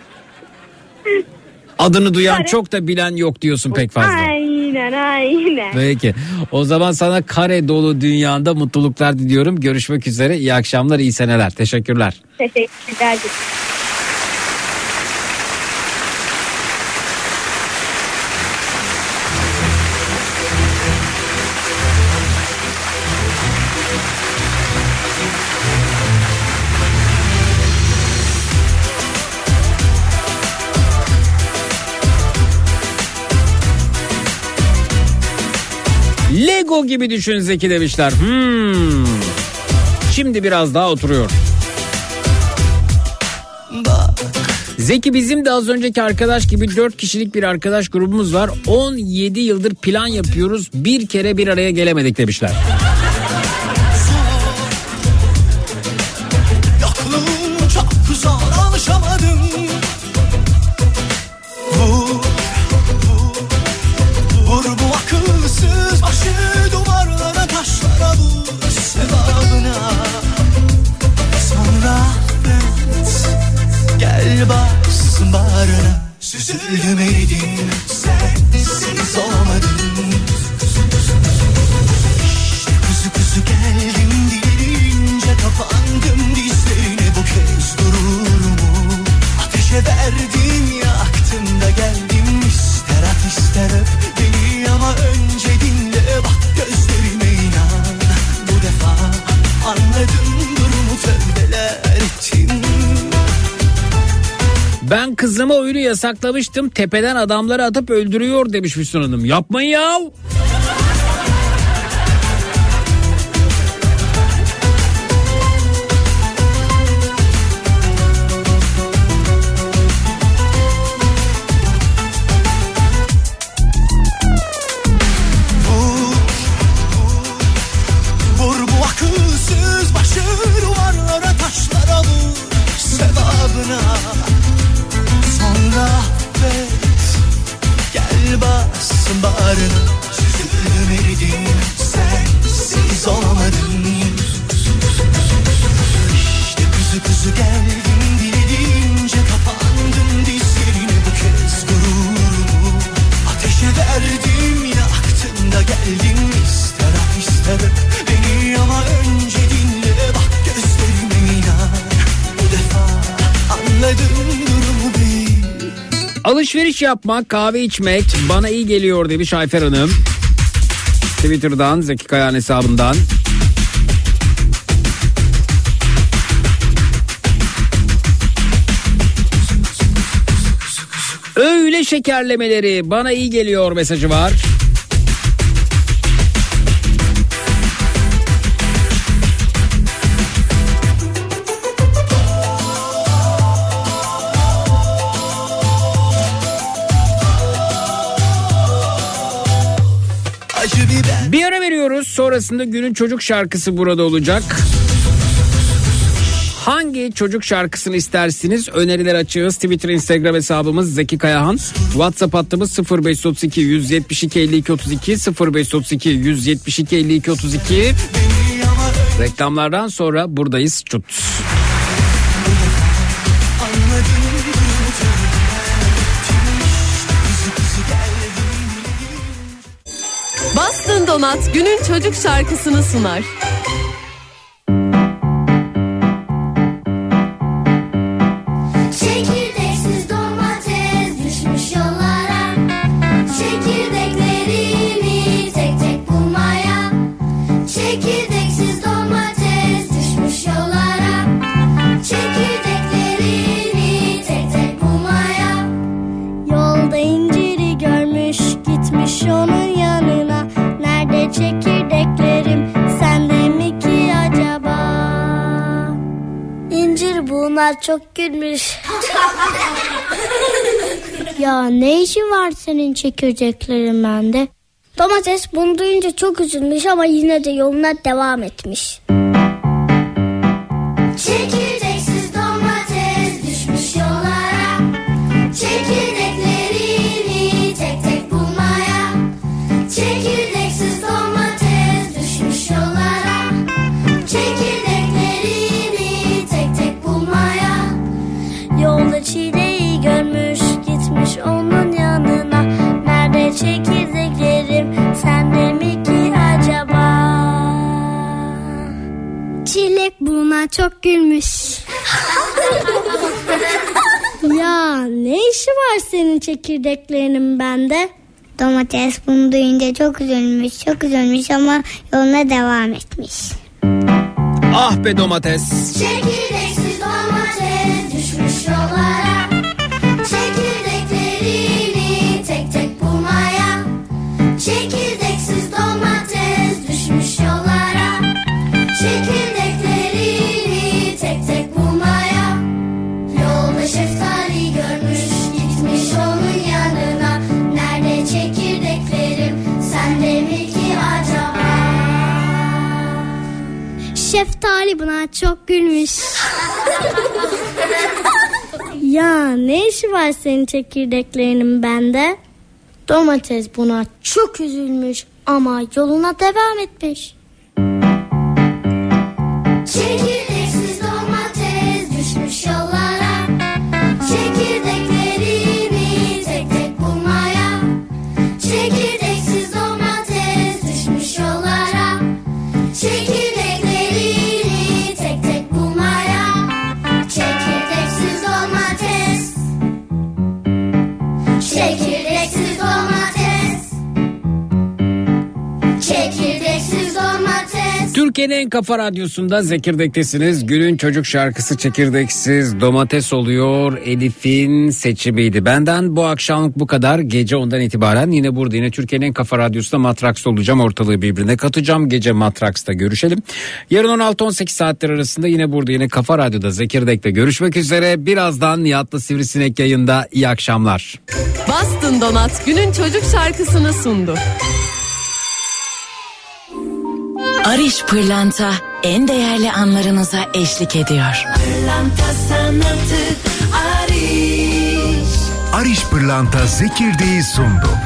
Adını duyan Kare. çok da bilen yok diyorsun pek fazla. Aynen aynen. Peki. O zaman sana kare dolu dünyanda mutluluklar diliyorum. Görüşmek üzere. İyi akşamlar, iyi seneler. Teşekkürler. Teşekkürler. Lego gibi düşün Zeki demişler. Hmm. Şimdi biraz daha oturuyor. Zeki, bizim de az önceki arkadaş gibi dört kişilik bir arkadaş grubumuz var. on yedi yıldır plan yapıyoruz. Bir kere bir araya gelemedik demişler. Yokluğun çok zor, alışamadım. Vur, vur, vur bu akılsız başı duvarlara, taşlara vur sevabına. Sonra affet, gel bassın bağrına. Süzüldüm eridim, sensiz olamadım. İşte kuzu kuzu geldim dilince, kapandım dizlerine, bu kez gururumu ateşe verdim, yaktım da geldim. İster at ister öp beni ama önce dinle, bak gözlerime inan. Bu defa anladım durumu, tövbeler ettim. Ben kızıma oyunu yasaklamıştım. Tepeden adamları atıp öldürüyor demiş Füsun Hanım. Yapmayın ya. Vur, vur bu akılsız başı duvarlara, taşlara vur sevabına. Sonra affet, gel bassın bağrına. Süzüldüm eridim, sensiz olamadım. İşte kuzu kuzu geldim dilince, kapandım dizlerine, bu kez gururumu ateşe verdim, yaktım da geldim. İster at ister öp beni ama önce dinle, bak gözlerime inan. Bu defa anladım durumu bil. Alışveriş yapmak, kahve içmek bana iyi geliyor demiş Ayfer Hanım. Twitter'dan, Zeki Kayağan hesabından. Öğle şekerlemeleri bana iyi geliyor mesajı var. Acı biber. Bir ara veriyoruz. Sonrasında günün çocuk şarkısı burada olacak. Hangi çocuk şarkısını istersiniz? Öneriler açığız. Twitter, Instagram hesabımız Zeki Kayahan. WhatsApp hattımız sıfır beş otuz iki yüz yetmiş iki elli iki otuz iki sıfır beş otuz iki yüz yetmiş iki elli iki otuz iki. Reklamlardan sonra buradayız. Çut. Boston Donat günün çocuk şarkısını sunar. Çekirdeksiz domates düşmüş yollara, çekirdeklerini tek tek bulmaya. çekirdeklerim sende mi ki acaba? İncir bunlar çok gülmüş. Ya ne işi var senin çekirdeklerin bende? Domates bunu duyunca çok üzülmüş ama yine de yoluna devam etmiş. Çekirdeksiz domates düşmüş yollara, çekirdeklerini tek tek bulmaya. Çekirdeksiz domates düşmüş yollara, çekirdeklerini tek tek bulmaya. Yolda çileği görmüş, gitmiş onun yanına. Nerede çekirdeklerim sende mi ki acaba? Çilek buna çok gülmüş. Ya ne işi var senin çekirdeklerinin bende? Domates bunu duyunca çok üzülmüş, çok üzülmüş ama yoluna devam etmiş. Ah be domates. Çekirdeksiz domates düşmüş yollara, çekirdeklerini tek tek bulmaya. Çekirdeksiz domates düşmüş yollara, çekirdeklerini tek tek bulmaya. Yolda şeftali görmüş, gitmiş onun yanına. Nerede çekirdeklerim sende mi ki acaba? Şeftali buna çok gülmüş. Ya ne işi var senin çekirdeklerinin bende? Domates buna çok üzülmüş ama yoluna devam etmiş. Çekirdeksiz domates düşmüş yollara, çekirdeklerini tek tek bulmaya. Çekirdeksiz domates düşmüş yollara, çekirdeklerini tek tek bulmaya. Çekirdeksiz domates, çekirdeksiz domates, çekirdeksiz domates. Türkiye'nin en kafa radyosunda Zekirdek'tesiniz. Günün çocuk şarkısı Çekirdeksiz Domates oluyor. Elif'in seçimiydi. Benden bu akşamlık bu kadar. Gece ondan itibaren yine burada, yine Türkiye'nin en kafa radyosunda Matraks'ta olacağım. Ortalığı birbirine katacağım. Gece Matraks'ta görüşelim. Yarın on altı on sekiz saatler arasında yine burada, yine Kafa Radyo'da Zekirdek'te görüşmek üzere. Birazdan Nihat'la Sivrisinek yayında. İyi akşamlar. Bastın Donat günün çocuk şarkısını sundu. Ariş Pırlanta en değerli anlarınıza eşlik ediyor. Pırlanta sanatı Ariş. Ariş Pırlanta Zekirdek'i sundu.